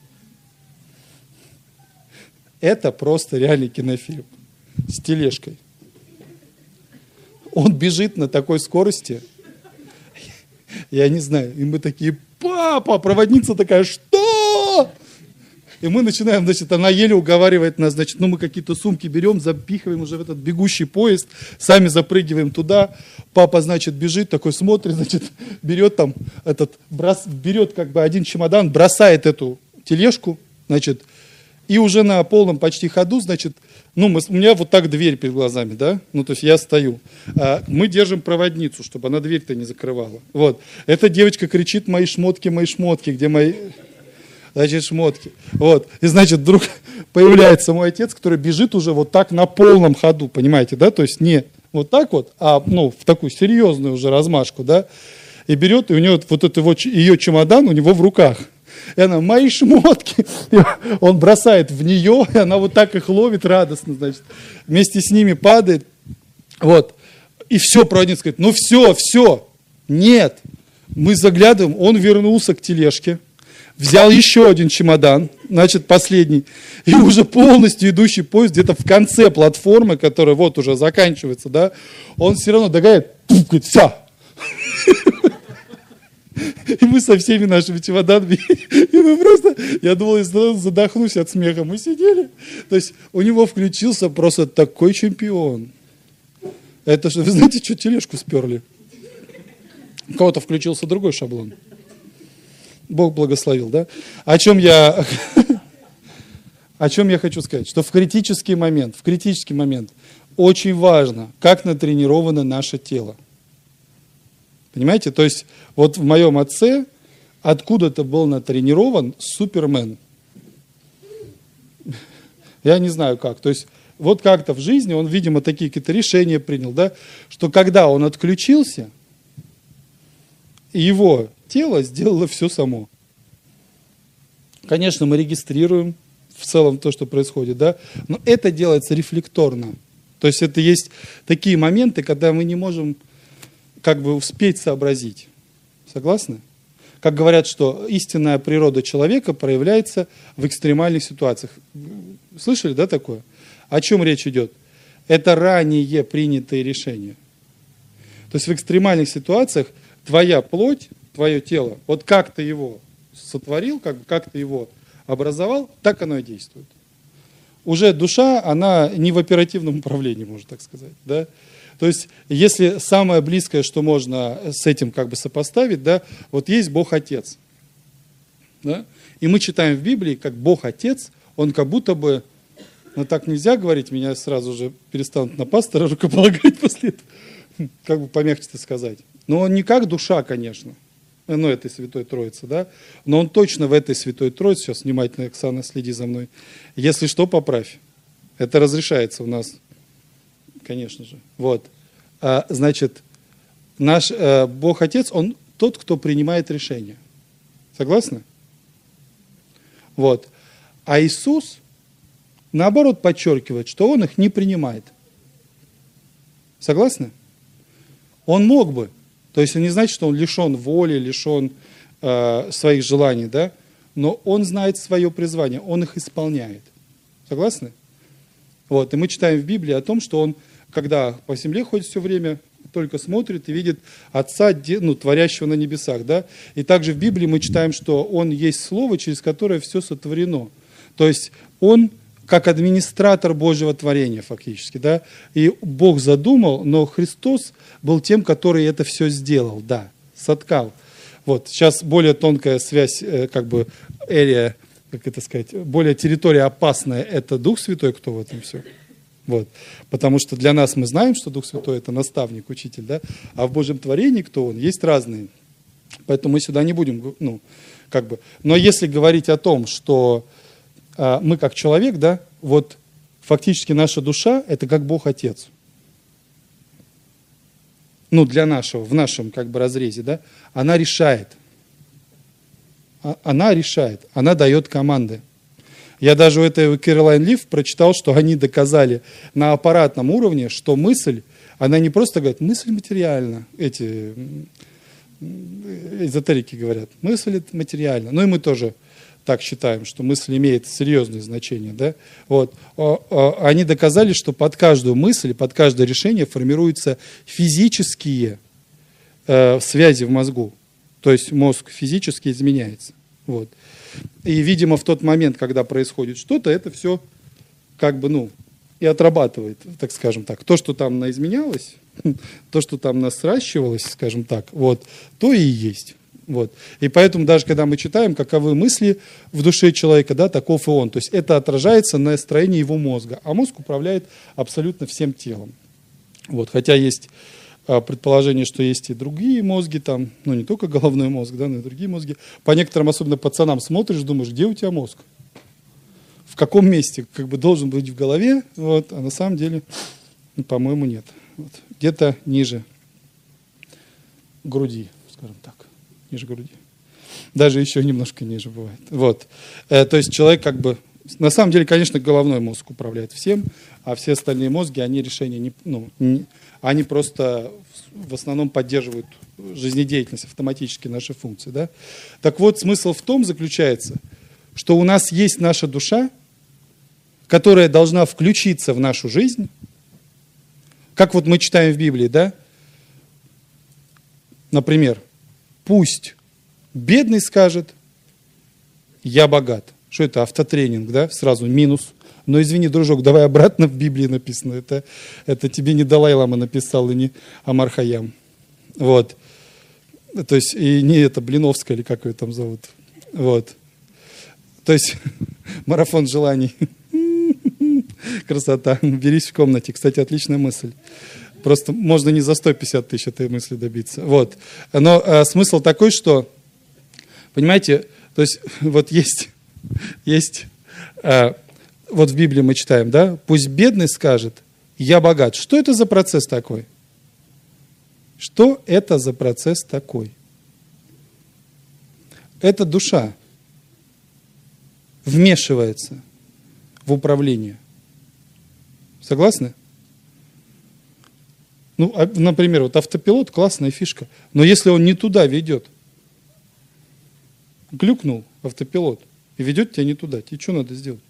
Это просто реальный кинофильм с тележкой. Он бежит на такой скорости. Я не знаю. И мы такие, папа, проводница такая, что? И мы начинаем, значит, она еле уговаривает нас, значит, мы какие-то сумки берем, запихиваем уже в этот бегущий поезд, сами запрыгиваем туда. Папа, значит, бежит, такой смотрит, значит, берет там берет как бы один чемодан, бросает эту тележку, значит, и уже на полном почти ходу, значит, у меня вот так дверь перед глазами, да, то есть я стою. Мы держим проводницу, чтобы она дверь-то не закрывала. Вот. Эта девочка кричит, мои шмотки, где мои... Значит, шмотки. Вот. И, значит, вдруг появляется мой отец, который бежит уже вот так на полном ходу, понимаете, да? То есть не вот так вот, а в такую серьезную уже размашку, да? И берет, и у него вот это вот ее чемодан у него в руках. И она, мои шмотки. И он бросает в нее, и она вот так их ловит радостно, значит. Вместе с ними падает. Вот. И все, проводница говорит, все. Нет. Мы заглядываем, он вернулся к тележке. Взял еще один чемодан, значит, последний, и уже полностью идущий поезд где-то в конце платформы, которая вот уже заканчивается, да, он все равно догоняет, говорит, все. И мы со всеми нашими чемоданами, и мы просто, я думал, я задохнусь от смеха, мы сидели. То есть у него включился просто такой чемпион. Это же, вы знаете, что тележку сперли? У кого-то включился другой шаблон. Бог благословил, да? О чем я хочу сказать? Что в критический момент очень важно, как натренировано наше тело. Понимаете? То есть вот в моем отце откуда-то был натренирован Супермен. Я не знаю как. То есть вот как-то в жизни он, видимо, такие какие-то решения принял, да? Что когда он отключился, его тело сделало все само. Конечно, мы регистрируем в целом то, что происходит, да, но это делается рефлекторно. То есть это есть такие моменты, когда мы не можем как бы успеть сообразить. Согласны? Как говорят, что истинная природа человека проявляется в экстремальных ситуациях. Слышали, да, такое? О чем речь идет? Это ранее принятые решения. То есть в экстремальных ситуациях твоя плоть, твое тело, вот как ты его сотворил, как ты его образовал, так оно и действует. Уже душа, она не в оперативном управлении, можно так сказать. Да? То есть, если самое близкое, что можно с этим как бы сопоставить, да, вот есть Бог-Отец. Да? И мы читаем в Библии, как Бог-Отец, он как будто бы, так нельзя говорить, меня сразу же перестанут на пастора рукополагать после этого, как бы помягче сказать. Но он не как душа, конечно, этой Святой Троицы, да, но он точно в этой Святой Троице, сейчас внимательно, Оксана, следи за мной, если что, поправь. Это разрешается у нас, конечно же. Вот. Значит, наш Бог Отец, Он тот, кто принимает решения. Согласны? Вот. А Иисус, наоборот, подчеркивает, что Он их не принимает. Согласны? Он мог бы. То есть, это не значит, что Он лишен воли, лишен своих желаний, да? Но Он знает свое призвание, Он их исполняет. Согласны? Вот. И мы читаем в Библии о том, что Он, когда по земле ходит все время, только смотрит и видит Отца, творящего на небесах. Да? И также в Библии мы читаем, что Он есть Слово, через которое все сотворено. То есть Он как администратор Божьего творения фактически. Да? И Бог задумал, но Христос был тем, который это все сделал, да, соткал. Вот. Сейчас более тонкая связь, area, более территория опасная, это Дух Святой, кто в этом все. Вот. Потому что для нас мы знаем, что Дух Святой это наставник, учитель, да? А в Божьем творении кто Он? Есть разные. Поэтому мы сюда не будем, Но если говорить о том, что мы как человек, да, вот фактически наша душа это как Бог Отец. Для нашего, в нашем разрезе, да, она решает. Она решает, она дает команды. Я даже у этой Кэролайн Лив прочитал, что они доказали на аппаратном уровне, что мысль, она не просто говорит, мысль материальна, эти эзотерики говорят, мысль материальна. И мы тоже так считаем, что мысль имеет серьезное значение. Да? Вот. Они доказали, что под каждую мысль, под каждое решение формируются физические связи в мозгу. То есть мозг физически изменяется. Вот. И, видимо, в тот момент, когда происходит что-то, это все и отрабатывает, так скажем так. То, что там наизменялось, то, что там сращивалось, скажем так, вот, то и есть. Вот. И поэтому даже когда мы читаем, каковы мысли в душе человека, да, таков и он. То есть это отражается на строении его мозга. А мозг управляет абсолютно всем телом. Вот. Хотя есть предположение, что есть и другие мозги, там, не только головной мозг, да, но и другие мозги. По некоторым, особенно пацанам, смотришь, думаешь, где у тебя мозг? В каком месте? Должен быть в голове, вот, а на самом деле, по-моему, нет. Вот. Где-то ниже груди, скажем так. Ниже груди. Даже еще немножко ниже бывает. Вот. То есть человек на самом деле, конечно, головной мозг управляет всем, а все остальные мозги, они решения они просто в основном поддерживают жизнедеятельность, автоматически наши функции. Да? Так вот, смысл в том заключается, что у нас есть наша душа, которая должна включиться в нашу жизнь, как вот мы читаем в Библии, да? Например, пусть бедный скажет, я богат. Что это? Автотренинг, да? Сразу минус. Но извини, дружок, давай обратно, в Библии написано. Это тебе не Далай-лама написал, и не Амар Хайям. Вот. То есть, и не это Блиновская, или как ее там зовут. Вот. То есть, марафон желаний. Красота. Берись в комнате. Кстати, отличная мысль. Просто можно не за 150 тысяч этой мысли добиться. Вот. Но смысл такой, что, понимаете, то есть, вот есть вот в Библии мы читаем, да, пусть бедный скажет, я богат. Что это за процесс такой? Что это за процесс такой? Это душа вмешивается в управление. Согласны? Например, вот автопилот классная фишка, но если он не туда ведет, глюкнул автопилот и ведет тебя не туда, тебе что надо сделать?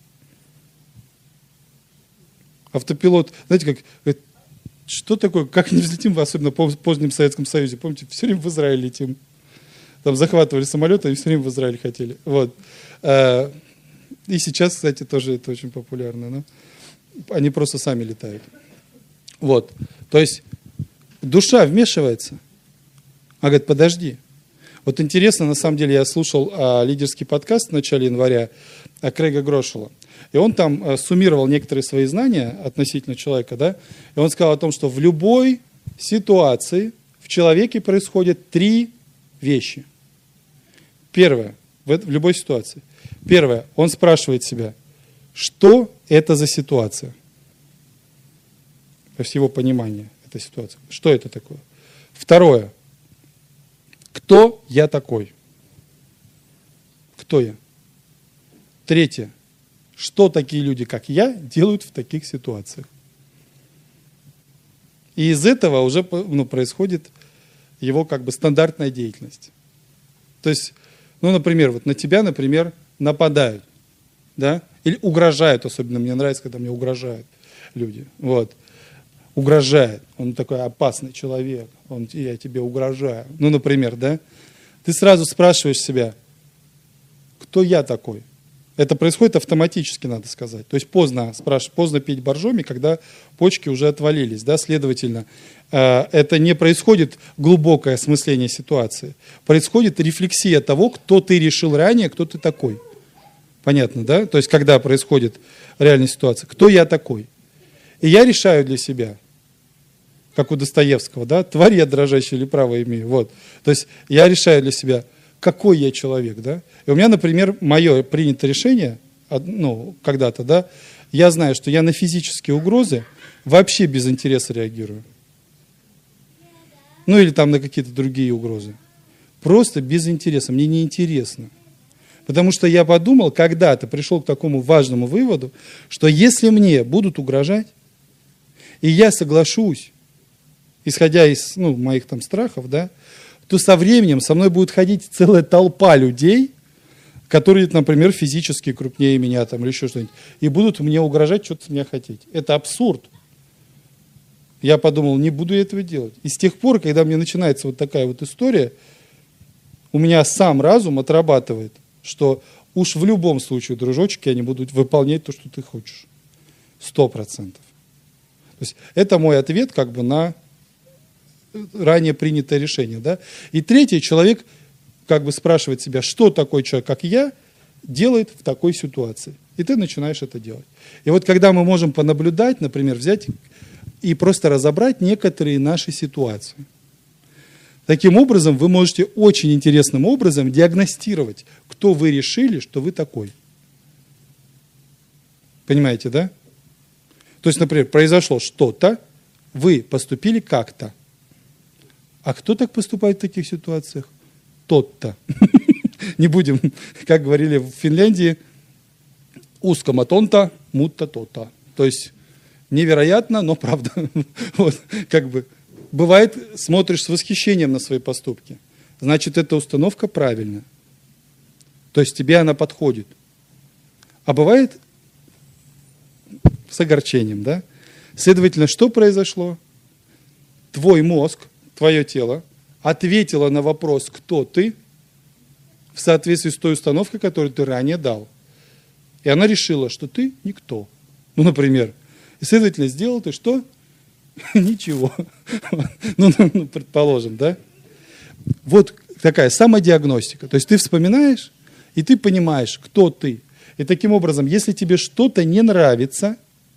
Автопилот, знаете, что такое, как не взлетим, особенно в позднем Советском Союзе, помните, все время в Израиль летим, там захватывали самолеты и все время в Израиль хотели, вот. И сейчас, кстати, тоже это очень популярно, но они просто сами летают. Вот, то есть душа вмешивается, а говорит, подожди. Вот интересно, на самом деле, я слушал лидерский подкаст в начале января Крейга Грошела. И он там суммировал некоторые свои знания относительно человека, да, и он сказал о том, что в любой ситуации в человеке происходят 3 вещи. Первое, в любой ситуации. Первое, он спрашивает себя, что это за ситуация? То есть его понимание этой ситуации. Что это такое? Второе. Кто я такой? Кто я? Третье. Что такие люди, как я, делают в таких ситуациях? И из этого уже происходит его как бы стандартная деятельность. То есть, например, вот на тебя, например, нападают, да, или угрожают, особенно мне нравится, когда мне угрожают люди, вот, угрожает, он такой опасный человек, я тебе угрожаю, например, да, ты сразу спрашиваешь себя, кто я такой? Это происходит автоматически, надо сказать. То есть поздно пить боржоми, когда почки уже отвалились. Да? Следовательно, это не происходит глубокое осмысление ситуации. Происходит рефлексия того, кто ты решил ранее, кто ты такой. Понятно, да? То есть когда происходит реальная ситуация. Кто я такой? И я решаю для себя, как у Достоевского, да? Тварь я дрожащая или право имею. Вот. То есть я решаю для себя, какой я человек, да? И у меня, например, мое принятое решение, когда-то, да, я знаю, что я на физические угрозы вообще без интереса реагирую. Или там на какие-то другие угрозы. Просто без интереса, мне неинтересно. Потому что я подумал, когда-то пришел к такому важному выводу, что если мне будут угрожать, и я соглашусь, исходя из моих там страхов, да, то со временем со мной будет ходить целая толпа людей, которые, например, физически крупнее меня там, или еще что-нибудь, и будут мне угрожать, что-то меня хотеть. Это абсурд. Я подумал, не буду я этого делать. И с тех пор, когда мне начинается вот такая вот история, у меня сам разум отрабатывает, что уж в любом случае, дружочек, я не буду выполнять то, что ты хочешь. 100%. То есть это мой ответ как бы на ранее принятое решение. Да? И третий, человек как бы спрашивает себя, что такой человек, как я, делает в такой ситуации. И ты начинаешь это делать. И вот когда мы можем понаблюдать, например, взять и просто разобрать некоторые наши ситуации. Таким образом, вы можете очень интересным образом диагностировать, кто вы решили, что вы такой. Понимаете, да? То есть, например, произошло что-то, вы поступили как-то. А кто так поступает в таких ситуациях? Тот-то. Не будем, как говорили в Финляндии, ускоматонта, мутта тота. То есть невероятно, но правда. Вот, как бы бывает, смотришь с восхищением на свои поступки. Значит, эта установка правильная. То есть тебе она подходит. А бывает с огорчением, да? Следовательно, что произошло? Твой мозг, твое тело ответило на вопрос, кто ты, в соответствии с той установкой, которую ты ранее дал. И она решила, что ты никто. Например. И, следовательно, сделал ты что? Ничего. Предположим, да? Вот такая самодиагностика. То есть ты вспоминаешь, и ты понимаешь, кто ты. И таким образом, если тебе что-то не нравится,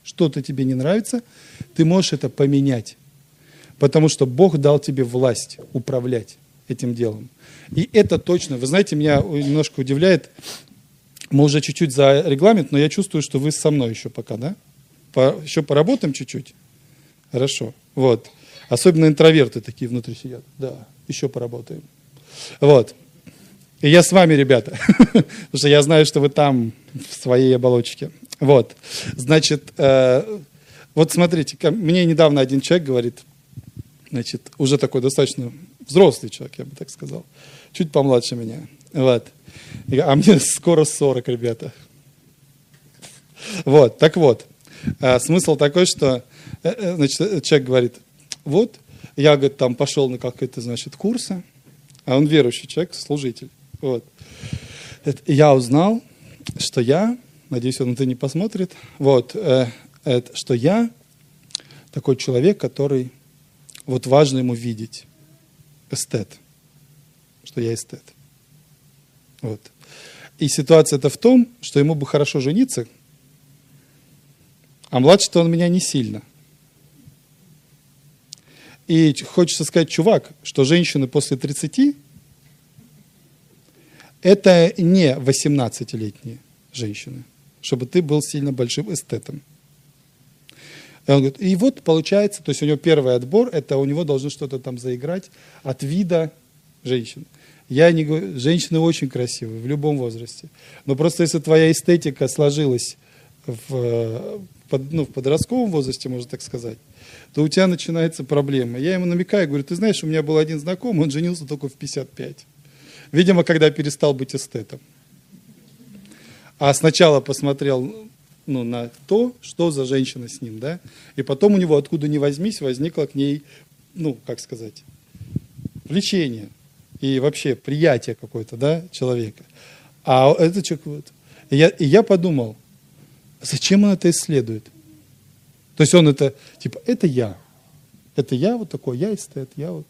ты можешь это поменять. Потому что Бог дал тебе власть управлять этим делом. И это точно. Вы знаете, меня немножко удивляет, мы уже чуть-чуть за регламент, но я чувствую, что вы со мной еще пока, да? Еще поработаем чуть-чуть? Хорошо. Вот. Особенно интроверты такие внутри сидят. Да, еще поработаем. Вот. И я с вами, ребята. Потому что я знаю, что вы там, в своей оболочке. Вот. Значит, вот смотрите, мне недавно один человек говорит, значит, уже такой достаточно взрослый человек, я бы так сказал, чуть помладше меня. Вот. А мне скоро 40, ребята. Вот, так вот. Смысл такой, что, значит, человек говорит, вот, я, говорит, там пошел на какие-то, значит, курсы, а он верующий человек, служитель. Вот. Я узнал, что я, надеюсь, он это не посмотрит, вот, что я такой человек, который, вот важно ему видеть, эстет, что я эстет. Вот. И ситуация-то в том, что ему бы хорошо жениться, а младше-то он меня не сильно. И хочется сказать, чувак, что женщины после 30 это не 18-летние женщины, чтобы ты был сильно большим эстетом. И он говорит, и вот получается, то есть у него первый отбор, это у него должно что-то там заиграть от вида женщин. Я не говорю, женщины очень красивые в любом возрасте. Но просто если твоя эстетика сложилась в подростковом возрасте, можно так сказать, то у тебя начинается проблема. Я ему намекаю, говорю, ты знаешь, у меня был один знакомый, он женился только в 55. Видимо, когда перестал быть эстетом. А сначала посмотрел на то, что за женщина с ним, да, и потом у него откуда ни возьмись возникло к ней, влечение и вообще приятие какое-то, да, человека. А этот человек вот. И я подумал, зачем он это исследует? То есть он это, это я вот такой, я эстет, я вот,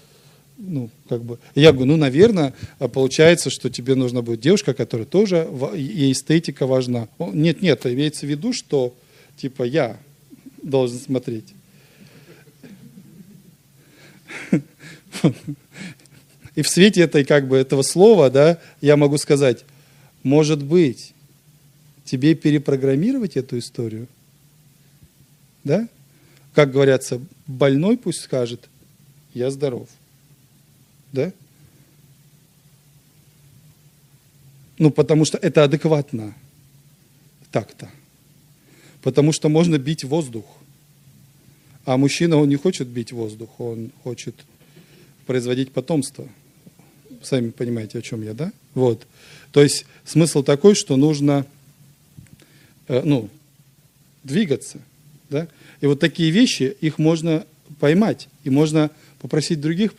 Я говорю, наверное, получается, что тебе нужна будет девушка, которая тоже, ей эстетика важна. Нет, имеется в виду, что, я должен смотреть. И в свете этого слова, да, я могу сказать, может быть, тебе перепрограммировать эту историю? Да? Как говорится, больной пусть скажет, я здоров. Да? Потому что это адекватно. Так-то. Потому что можно бить воздух. А мужчина, он не хочет бить воздух, он хочет производить потомство. Сами понимаете, о чем я, да? Вот. То есть смысл такой, что нужно двигаться. Да? И вот такие вещи, их можно поймать. И можно попросить других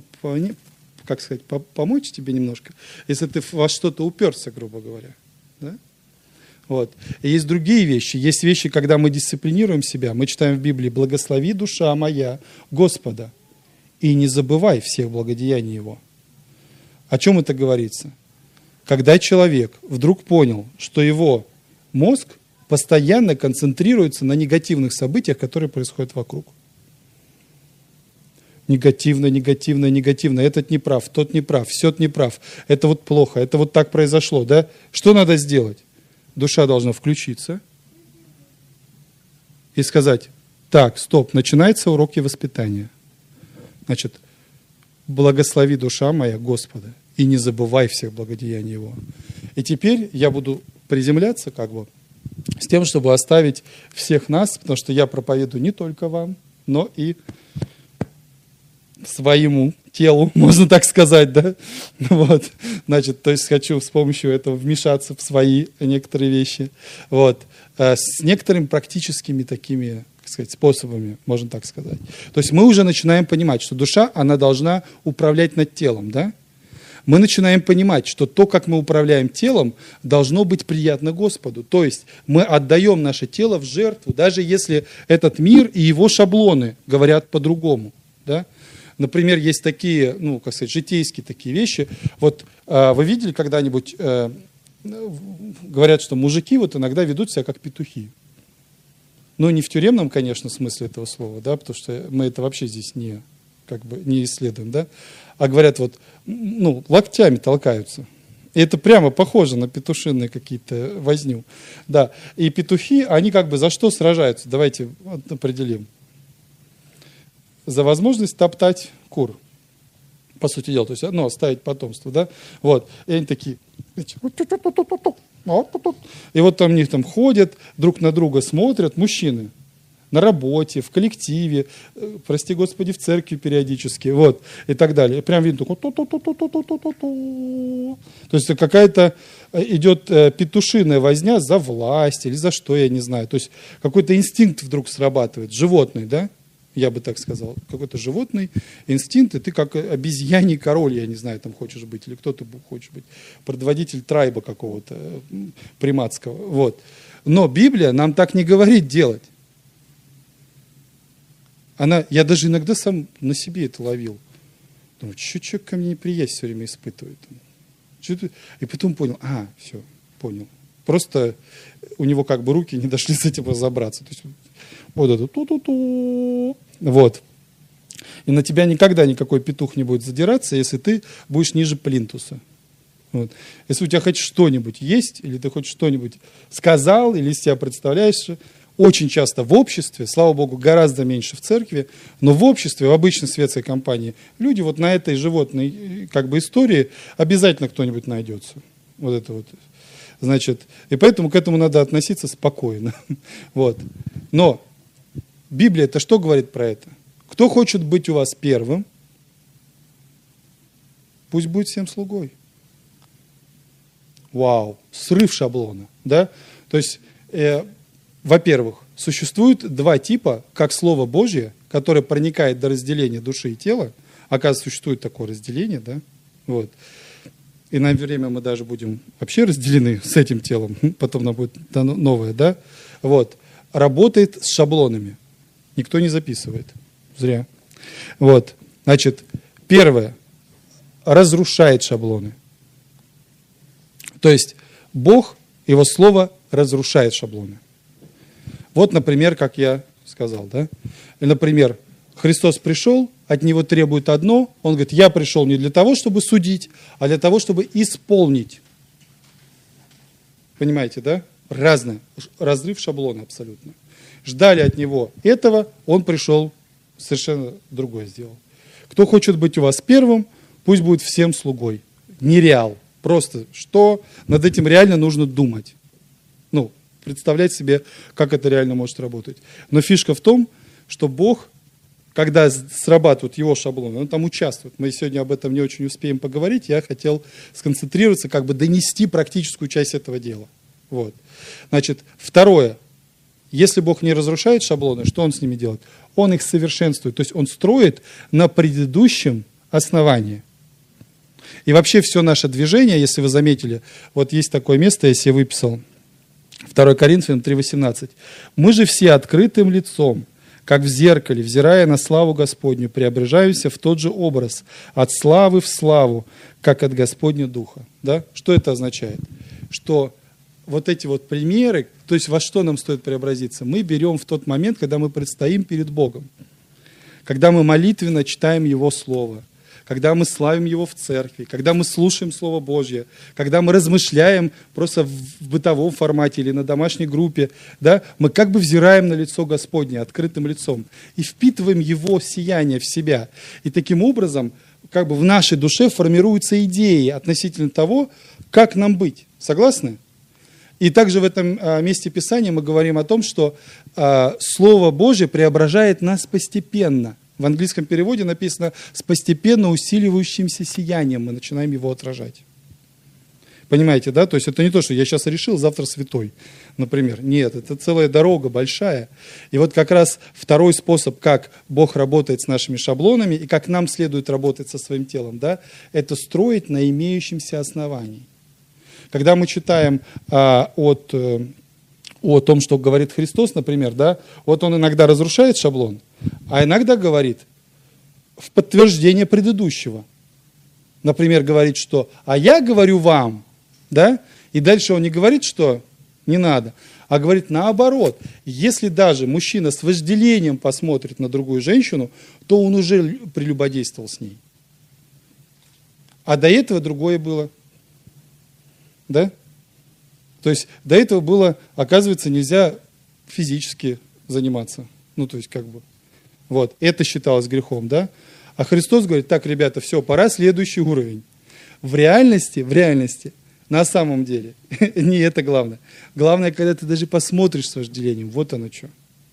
помочь тебе немножко, если ты во что-то уперся, грубо говоря. Да? Вот. И есть другие вещи. Есть вещи, когда мы дисциплинируем себя. Мы читаем в Библии: «Благослови, душа моя, Господа, и не забывай всех благодеяний Его». О чем это говорится? Когда человек вдруг понял, что его мозг постоянно концентрируется на негативных событиях, которые происходят вокруг. Негативно. Этот не прав, тот не прав, все не прав. Это вот плохо, это вот так произошло. Да? Что надо сделать? Душа должна включиться и сказать: так, стоп, начинается уроки воспитания. Значит, благослови, душа моя, Господа, и не забывай всех благодеяний Его. И теперь я буду приземляться с тем, чтобы оставить всех нас, потому что я проповедую не только вам, но и своему телу, можно так сказать, да? Вот. Значит, то есть хочу с помощью этого вмешаться в свои некоторые вещи. Вот. С некоторыми практическими такими, способами, можно так сказать. То есть мы уже начинаем понимать, что душа, она должна управлять над телом, да? Мы начинаем понимать, что то, как мы управляем телом, должно быть приятно Господу. То есть мы отдаем наше тело в жертву, даже если этот мир и его шаблоны говорят по-другому. Да? Например, есть такие, житейские такие вещи. Вот вы видели когда-нибудь, говорят, что мужики иногда ведут себя как петухи. Не в тюремном, конечно, смысле этого слова, да, потому что мы это вообще здесь не исследуем, да, а говорят, локтями толкаются. И это прямо похоже на петушиные какие-то возню. Да. И петухи, они за что сражаются? Давайте определим. За возможность топтать кур, по сути дела, то есть, оставить потомство, да, вот. И они такие, и вот там них ходят, друг на друга смотрят, мужчины, на работе, в коллективе, прости Господи, в церкви периодически, вот, и так далее. И прям видно, то есть какая-то идет петушиная возня за власть или за что, я не знаю. То есть какой-то инстинкт вдруг срабатывает, животный, да? Я бы так сказал, какой-то животный инстинкт, и ты как обезьяний король, я не знаю, там хочешь быть, или кто ты хочешь быть, предводитель трайба какого-то приматского. Вот. Но Библия нам так не говорит делать. Я даже иногда сам на себе это ловил. Думаю, что человек ко мне неприязнь все время испытывает. И потом понял, все, понял. Просто у него руки не дошли с этим разобраться. То есть вот это ту-ту-ту. Вот. И на тебя никогда никакой петух не будет задираться, если ты будешь ниже плинтуса. Вот. Если у тебя хоть что-нибудь есть, или ты хоть что-нибудь сказал, или из себя представляешь, очень часто в обществе, слава Богу, гораздо меньше в церкви, но в обществе, в обычной светской компании, люди вот на этой животной как бы истории обязательно кто-нибудь найдется. Вот это вот. Значит, и поэтому к этому надо относиться спокойно. Вот. Но Библия-то что говорит про это? Кто хочет быть у вас первым, пусть будет всем слугой. Вау, срыв шаблона, да? То есть, во-первых, существует два типа, как Слово Божье, которое проникает до разделения души и тела. Оказывается, существует такое разделение, да? Вот. И на время мы даже будем вообще разделены с этим телом, потом нам будет дано новое, да? Вот. Работает с шаблонами. Никто не записывает. Зря. Вот. Значит, первое. Разрушает шаблоны. То есть Бог, Его Слово разрушает шаблоны. Вот, например, как я сказал, да? Например, Христос пришел, от Него требует одно, Он говорит, я пришел не для того, чтобы судить, а для того, чтобы исполнить. Понимаете, да? Разное. Разрыв шаблона абсолютно. Ждали от Него этого, Он пришел, совершенно другое сделал. Кто хочет быть у вас первым, пусть будет всем слугой. Нереал. Просто что над этим реально нужно думать. Ну, представлять себе, как это реально может работать. Но фишка в том, что Бог, когда срабатывает Его шаблон, Он там участвует. Мы сегодня об этом не очень успеем поговорить. Я хотел сконцентрироваться, как бы донести практическую часть этого дела. Вот. Значит, второе. Если Бог не разрушает шаблоны, что Он с ними делает? Он их совершенствует. То есть Он строит на предыдущем основании. И вообще все наше движение, если вы заметили, вот есть такое место, я себе выписал, 2 Коринфянам 3:18. «Мы же все открытым лицом, как в зеркале, взирая на славу Господню, преображаемся в тот же образ, от славы в славу, как от Господня Духа». Да? Что это означает? Что вот эти вот примеры, то есть во что нам стоит преобразиться, мы берем в тот момент, когда мы предстоим перед Богом, когда мы молитвенно читаем Его Слово, когда мы славим Его в церкви, когда мы слушаем Слово Божье, когда мы размышляем просто в бытовом формате или на домашней группе, да, мы как бы взираем на лицо Господне открытым лицом и впитываем Его сияние в себя. И таким образом как бы в нашей душе формируются идеи относительно того, как нам быть. Согласны? И также в этом месте Писания мы говорим о том, что Слово Божье преображает нас постепенно. В английском переводе написано «с постепенно усиливающимся сиянием мы начинаем его отражать». Понимаете, да? То есть это не то, что я сейчас решил, завтра святой, например. Нет, это целая дорога большая. И вот как раз второй способ, как Бог работает с нашими шаблонами и как нам следует работать со своим телом, да, это строить на имеющемся основании. Когда мы читаем о том, что говорит Христос, например, да, вот Он иногда разрушает шаблон, а иногда говорит в подтверждение предыдущего. Например, говорит, что «а я говорю вам», да, и дальше Он не говорит, что не надо, а говорит наоборот. Если даже мужчина с вожделением посмотрит на другую женщину, то он уже прелюбодействовал с ней. А до этого другое было. Да? То есть до этого было, оказывается, нельзя физически заниматься. Ну, то есть как бы. Вот. Это считалось грехом, да? А Христос говорит, так, ребята, все, пора следующий уровень. В реальности, на самом деле, не это главное. Главное, когда ты даже посмотришь с вожделением, вот оно что.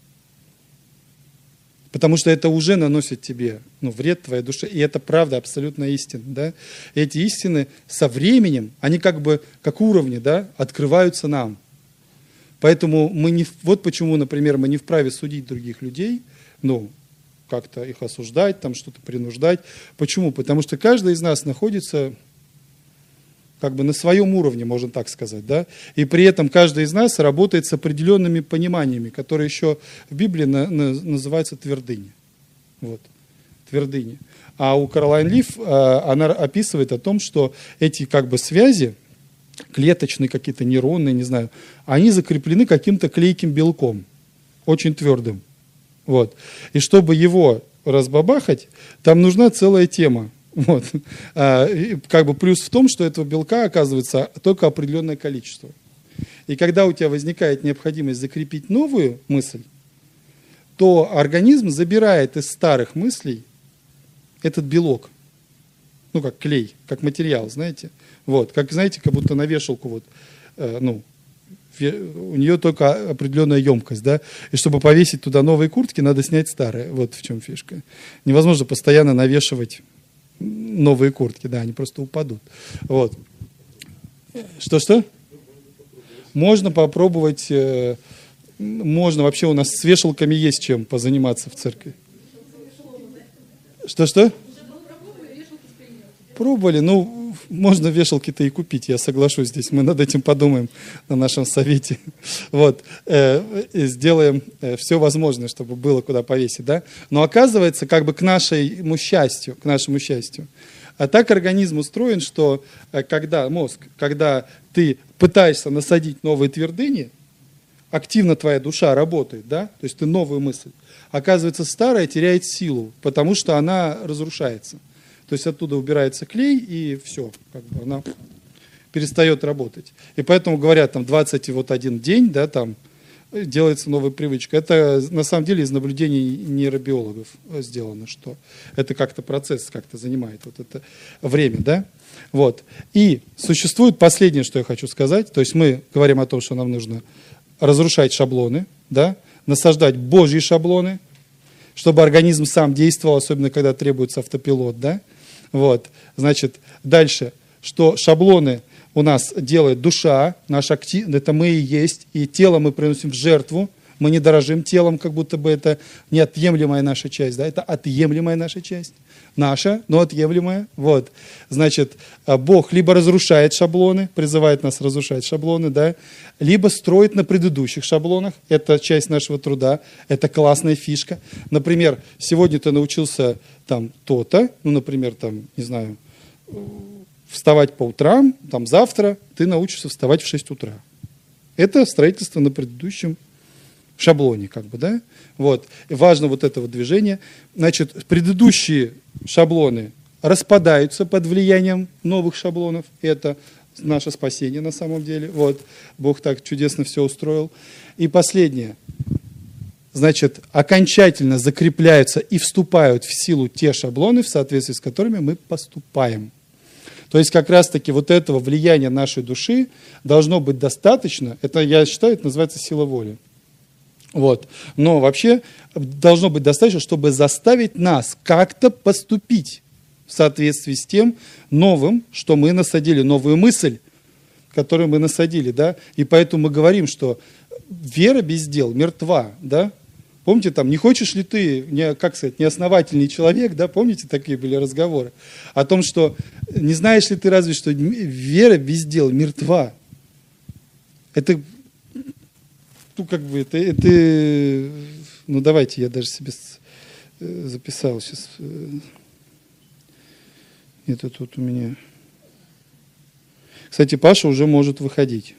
Потому что это уже наносит тебе вред твоей душе. И это правда, абсолютно истина. Да? И эти истины со временем, они как бы, как уровни, да, открываются нам. Поэтому вот почему, например, мы не вправе судить других людей, как-то их осуждать, там что-то принуждать. Почему? Потому что каждый из нас находится как бы на своем уровне, можно так сказать, да? И при этом каждый из нас работает с определенными пониманиями, которые еще в Библии называются твердыни. Вот. Твердыни. А у Каролайн Лив она описывает о том, что эти как бы связи, клеточные какие-то нейронные, не знаю, они закреплены каким-то клейким белком, очень твердым. Вот. И чтобы его разбабахать, там нужна целая тема. Вот. Как бы плюс в том, что этого белка оказывается только определенное количество. И когда у тебя возникает необходимость закрепить новую мысль, то организм забирает из старых мыслей этот белок. Ну, как клей, как материал, знаете. Вот, как, знаете, как будто на вешалку вот, у нее только определенная емкость, да, и чтобы повесить туда новые куртки, надо снять старые, вот в чем фишка. Невозможно постоянно навешивать новые куртки, да, они просто упадут. Вот. Что? Можно попробовать, можно, вообще у нас с вешалками есть чем позаниматься в церкви. Что? Пробовали, ну, можно вешалки-то и купить, я соглашусь здесь, мы над этим подумаем на нашем совете. Вот, сделаем все возможное, чтобы было куда повесить, да. Но оказывается, как бы к нашему счастью, а так организм устроен, что когда ты пытаешься насадить новые твердыни, активно твоя душа работает, да, то есть ты новую мысль, оказывается, старая теряет силу, потому что она разрушается. То есть оттуда убирается клей, и все, как бы она перестает работать. И поэтому говорят, там 21 день, да, там делается новая привычка. Это на самом деле из наблюдений нейробиологов сделано, что это как-то процесс как-то занимает вот это время, да. Вот. И существует последнее, что я хочу сказать, то есть мы говорим о том, что нам нужно разрушать шаблоны, да, насаждать Божьи шаблоны, чтобы организм сам действовал, особенно когда требуется автопилот, да. Вот, значит, дальше, что шаблоны у нас делает душа, наш актив, это мы и есть, и тело мы приносим в жертву, мы не дорожим телом, как будто бы это неотъемлемая наша часть, да, это отъемлемая наша часть, наша, но отъемлемая, вот, значит, Бог либо разрушает шаблоны, призывает нас разрушать шаблоны, да, либо строит на предыдущих шаблонах, это часть нашего труда, это классная фишка, например, сегодня ты научился там то-то, ну, например, там, не знаю, вставать по утрам, там завтра ты научишься вставать в 6 утра. Это строительство на предыдущем шаблоне, как бы, да? Вот. И важно вот это вот движение. Значит, предыдущие шаблоны распадаются под влиянием новых шаблонов. Это наше спасение на самом деле. Вот. Бог так чудесно все устроил. И последнее. Значит, окончательно закрепляются и вступают в силу те шаблоны, в соответствии с которыми мы поступаем. То есть как раз-таки вот этого влияния нашей души должно быть достаточно. Это, я считаю, это называется сила воли. Вот. Но вообще должно быть достаточно, чтобы заставить нас как-то поступить в соответствии с тем новым, что мы насадили, новую мысль, которую мы насадили, да. И поэтому мы говорим, что вера без дел мертва, да. Помните, там, не хочешь ли ты, неосновательный человек, да, помните, такие были разговоры, о том, что не знаешь ли ты разве, что вера без дел мертва. Это, ну, как бы, это, ну, давайте, я даже себе записал сейчас. Это тут у меня. Кстати, Паша уже может выходить.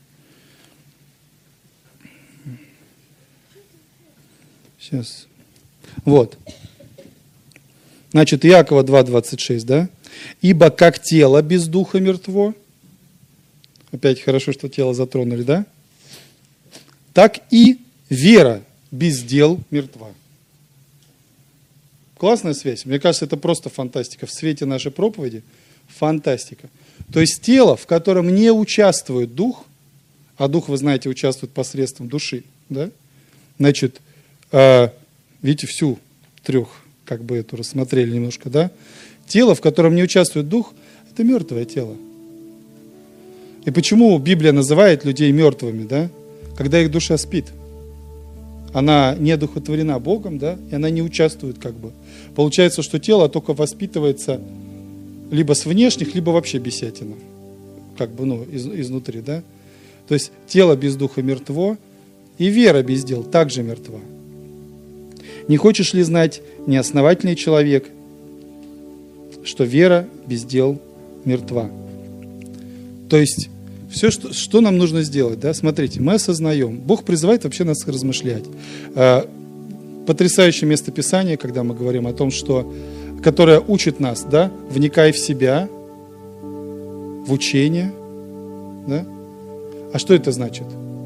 Сейчас. Вот. Значит, Иакова 2:26, да? «Ибо как тело без духа мертво», опять хорошо, что тело затронули, да? «Так и вера без дел мертва». Классная связь. Мне кажется, это просто фантастика. В свете нашей проповеди фантастика. То есть тело, в котором не участвует дух, а дух, вы знаете, участвует посредством души, да? Значит, видите, всю трех, как бы эту рассмотрели немножко, да? Тело, в котором не участвует дух, это мертвое тело. И почему Библия называет людей мертвыми, да? Когда их душа спит. Она не одухотворена Богом, да? И она не участвует, как бы. Получается, что тело только воспитывается либо с внешних, либо вообще бесятина. Как бы, ну, изнутри, да? То есть тело без духа мертво, и вера без дел также мертва. Не хочешь ли знать, неосновательный человек, что вера без дел мертва? То есть, все, что нам нужно сделать, да, смотрите, мы осознаем, Бог призывает вообще нас размышлять. Потрясающее местописание, когда мы говорим о том, что, которое учит нас, да, вникай в себя, в учение, да, А что это значит?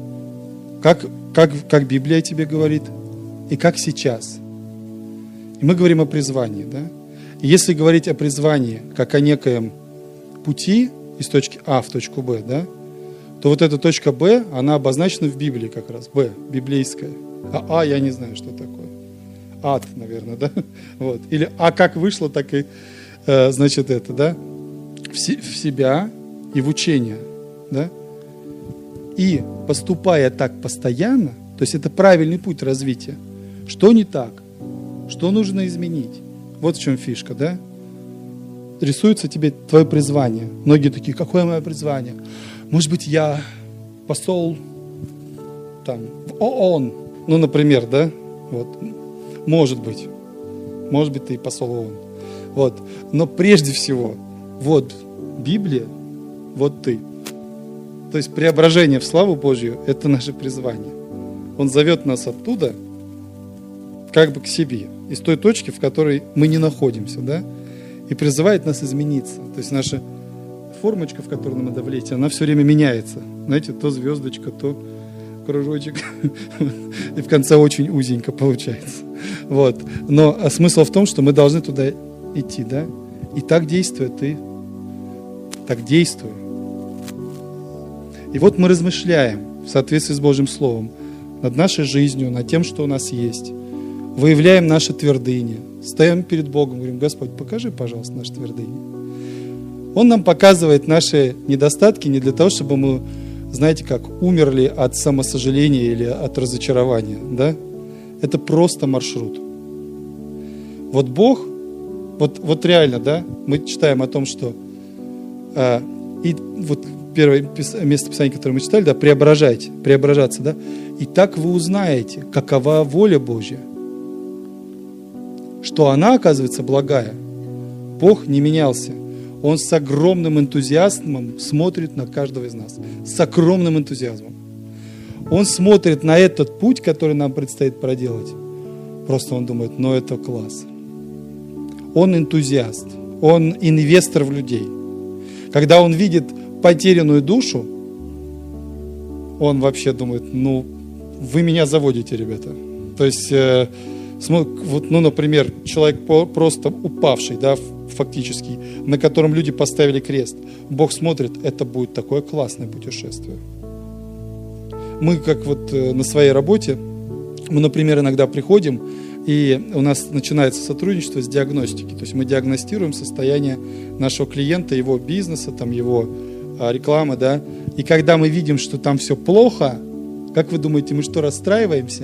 Как Библия тебе говорит, и как сейчас. И мы говорим о призвании, да? И если говорить о призвании, как о некоем пути из точки А в точку Б, да, то вот эта точка Б, она обозначена в Библии как раз. Б, библейская. А я не знаю, что такое. Ад, наверное, да? Вот. Или А как вышло, так и, значит, это, да? В себя и в учение, да? И поступая так постоянно, то есть это правильный путь развития. Что не так? Что нужно изменить? Вот в чем фишка, да? Рисуется тебе твое призвание. Многие такие, какое мое призвание? Может быть, я посол там, в ООН, ну, например, да? Вот. Может быть, ты и посол ООН. Вот. Но прежде всего, вот Библия, вот ты. То есть преображение в славу Божью – это наше призвание. Он зовет нас оттуда, как бы к себе, из той точки, в которой мы не находимся, да? И призывает нас измениться. То есть наша формочка, в которой нам надо влезть, она все время меняется. Знаете, то звездочка, то кружочек. И в конце очень узенько получается. Вот. Но смысл в том, что мы должны туда идти, да? И так действуй ты. Так действуй. И вот мы размышляем в соответствии с Божьим Словом над нашей жизнью, над тем, что у нас есть. Выявляем наши твердыни. Стоим перед Богом, говорим: Господь, покажи, пожалуйста, наши твердыни. Он нам показывает наши недостатки не для того, чтобы мы, знаете, как умерли от самосожаления или от разочарования, да? Это просто маршрут. Вот Бог, вот реально, да, мы читаем о том, что и вот первое место Писания, которое мы читали, да, преображаться, да, и так вы узнаете, какова воля Божья, что она, оказывается, благая. Бог не менялся. Он с огромным энтузиазмом смотрит на каждого из нас. С огромным энтузиазмом. Он смотрит на этот путь, который нам предстоит проделать. Просто он думает, ну это класс. Он энтузиаст. Он инвестор в людей. Когда он видит потерянную душу, он вообще думает, ну вы меня заводите, ребята. То есть, вот, ну, например, человек просто упавший, да, фактически, на котором люди поставили крест. Бог смотрит, это будет такое классное путешествие. Мы, как вот на своей работе, мы, например, иногда приходим, и у нас начинается сотрудничество с диагностики. То есть мы диагностируем состояние нашего клиента, его бизнеса, там, его рекламы, да. И когда мы видим, что там все плохо, как вы думаете, мы что, расстраиваемся?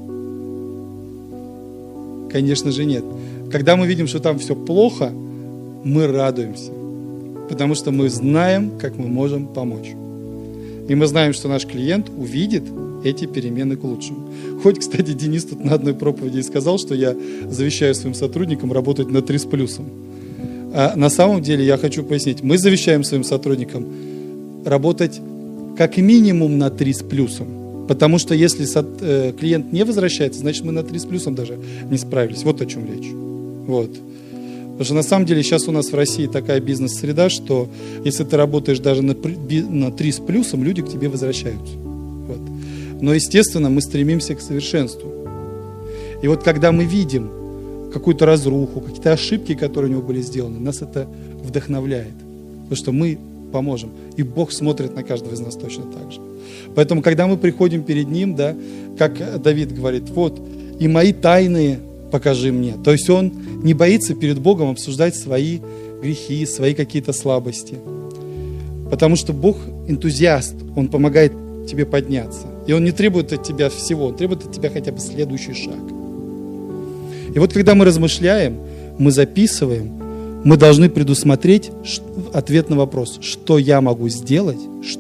Конечно же нет. Когда мы видим, что там все плохо, мы радуемся, потому что мы знаем, как мы можем помочь. И мы знаем, что наш клиент увидит эти перемены к лучшему. Хоть, кстати, Денис тут на одной проповеди сказал, что я завещаю своим сотрудникам работать на 3 с плюсом. А на самом деле я хочу пояснить, мы завещаем своим сотрудникам работать как минимум на 3 с плюсом. Потому что если клиент не возвращается, значит мы на 3 с плюсом даже не справились. Вот о чем речь. Вот. Потому что на самом деле сейчас у нас в России такая бизнес-среда, что если ты работаешь даже на 3 с плюсом, люди к тебе возвращаются. Вот. Но, естественно, мы стремимся к совершенству. И вот когда мы видим какую-то разруху, какие-то ошибки, которые у него были сделаны, нас это вдохновляет. Потому что мы поможем. И Бог смотрит на каждого из нас точно так же. Поэтому, когда мы приходим перед Ним, да, как Давид говорит, вот, и мои тайны покажи мне. То есть он не боится перед Богом обсуждать свои грехи, свои какие-то слабости. Потому что Бог энтузиаст, Он помогает тебе подняться. И Он не требует от тебя всего, Он требует от тебя хотя бы следующий шаг. И вот когда мы размышляем, мы записываем, мы должны предусмотреть ответ на вопрос, что я могу сделать,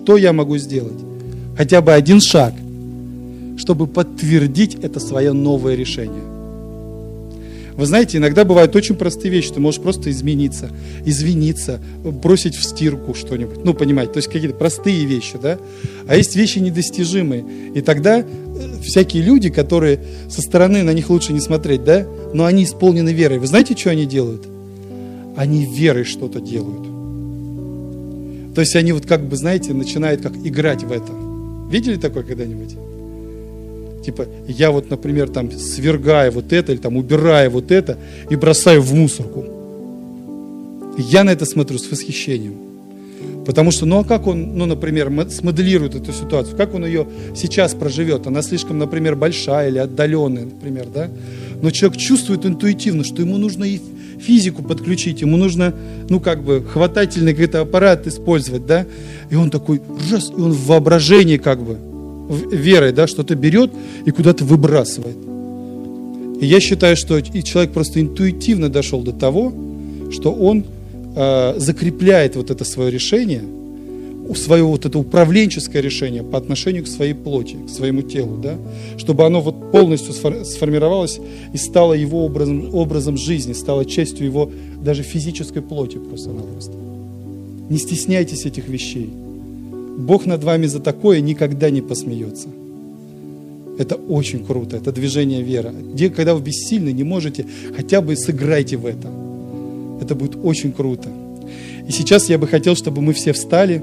хотя бы один шаг, чтобы подтвердить это свое новое решение. Вы знаете, иногда бывают очень простые вещи. Ты можешь просто измениться, извиниться, бросить в стирку что-нибудь. Ну, понимаете, то есть какие-то простые вещи, да? А есть вещи недостижимые. И тогда всякие люди, которые со стороны, на них лучше не смотреть, да? Но они исполнены верой. Вы знаете, что они делают? Они верой что-то делают. То есть они вот как бы, знаете, начинают как играть в это. Видели такое когда-нибудь? Типа, я вот, например, там свергаю вот это, или там убираю вот это и бросаю в мусорку. Я на это смотрю с восхищением. Потому что, ну а как он, ну, например, смоделирует эту ситуацию, как он ее сейчас проживет? Она слишком, например, большая или отдаленная, например, да? Но человек чувствует интуитивно, что ему нужно и физику подключить, ему нужно, ну, как бы, хватательный какой-то аппарат использовать, да? И он такой, раз, и он в воображении, как бы, верой, да, что-то берет и куда-то выбрасывает. И я считаю, что и человек просто интуитивно дошел до того, что он закрепляет вот это свое решение, свое вот это управленческое решение по отношению к своей плоти, к своему телу, да, чтобы оно вот полностью сформировалось и стало его образом жизни, стало частью его даже физической плоти просто-напросто. Не стесняйтесь этих вещей. Бог над вами за такое никогда не посмеется. Это очень круто, это движение веры. Когда вы бессильны, не можете, хотя бы сыграйте в это. Это будет очень круто. И сейчас я бы хотел, чтобы мы все встали.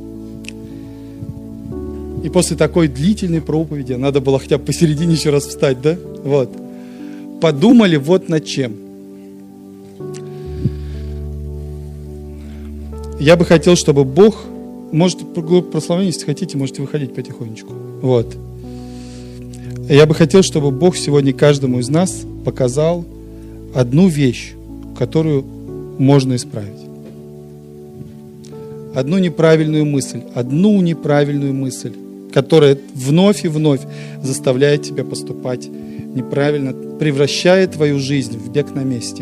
И после такой длительной проповеди, надо было хотя бы посередине еще раз встать, да? Вот. Подумали вот над чем. Я бы хотел, чтобы Бог, может, прославление, если хотите, можете выходить потихонечку. Вот. Я бы хотел, чтобы Бог сегодня каждому из нас показал одну вещь, которую можно исправить. Одну неправильную мысль, которая вновь и вновь заставляет тебя поступать неправильно, превращает твою жизнь в бег на месте.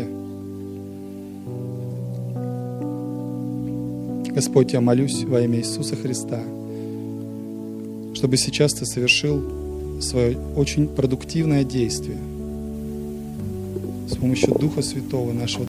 Господь, я молюсь во имя Иисуса Христа, чтобы сейчас Ты совершил свое очень продуктивное действие с помощью Духа Святого, нашего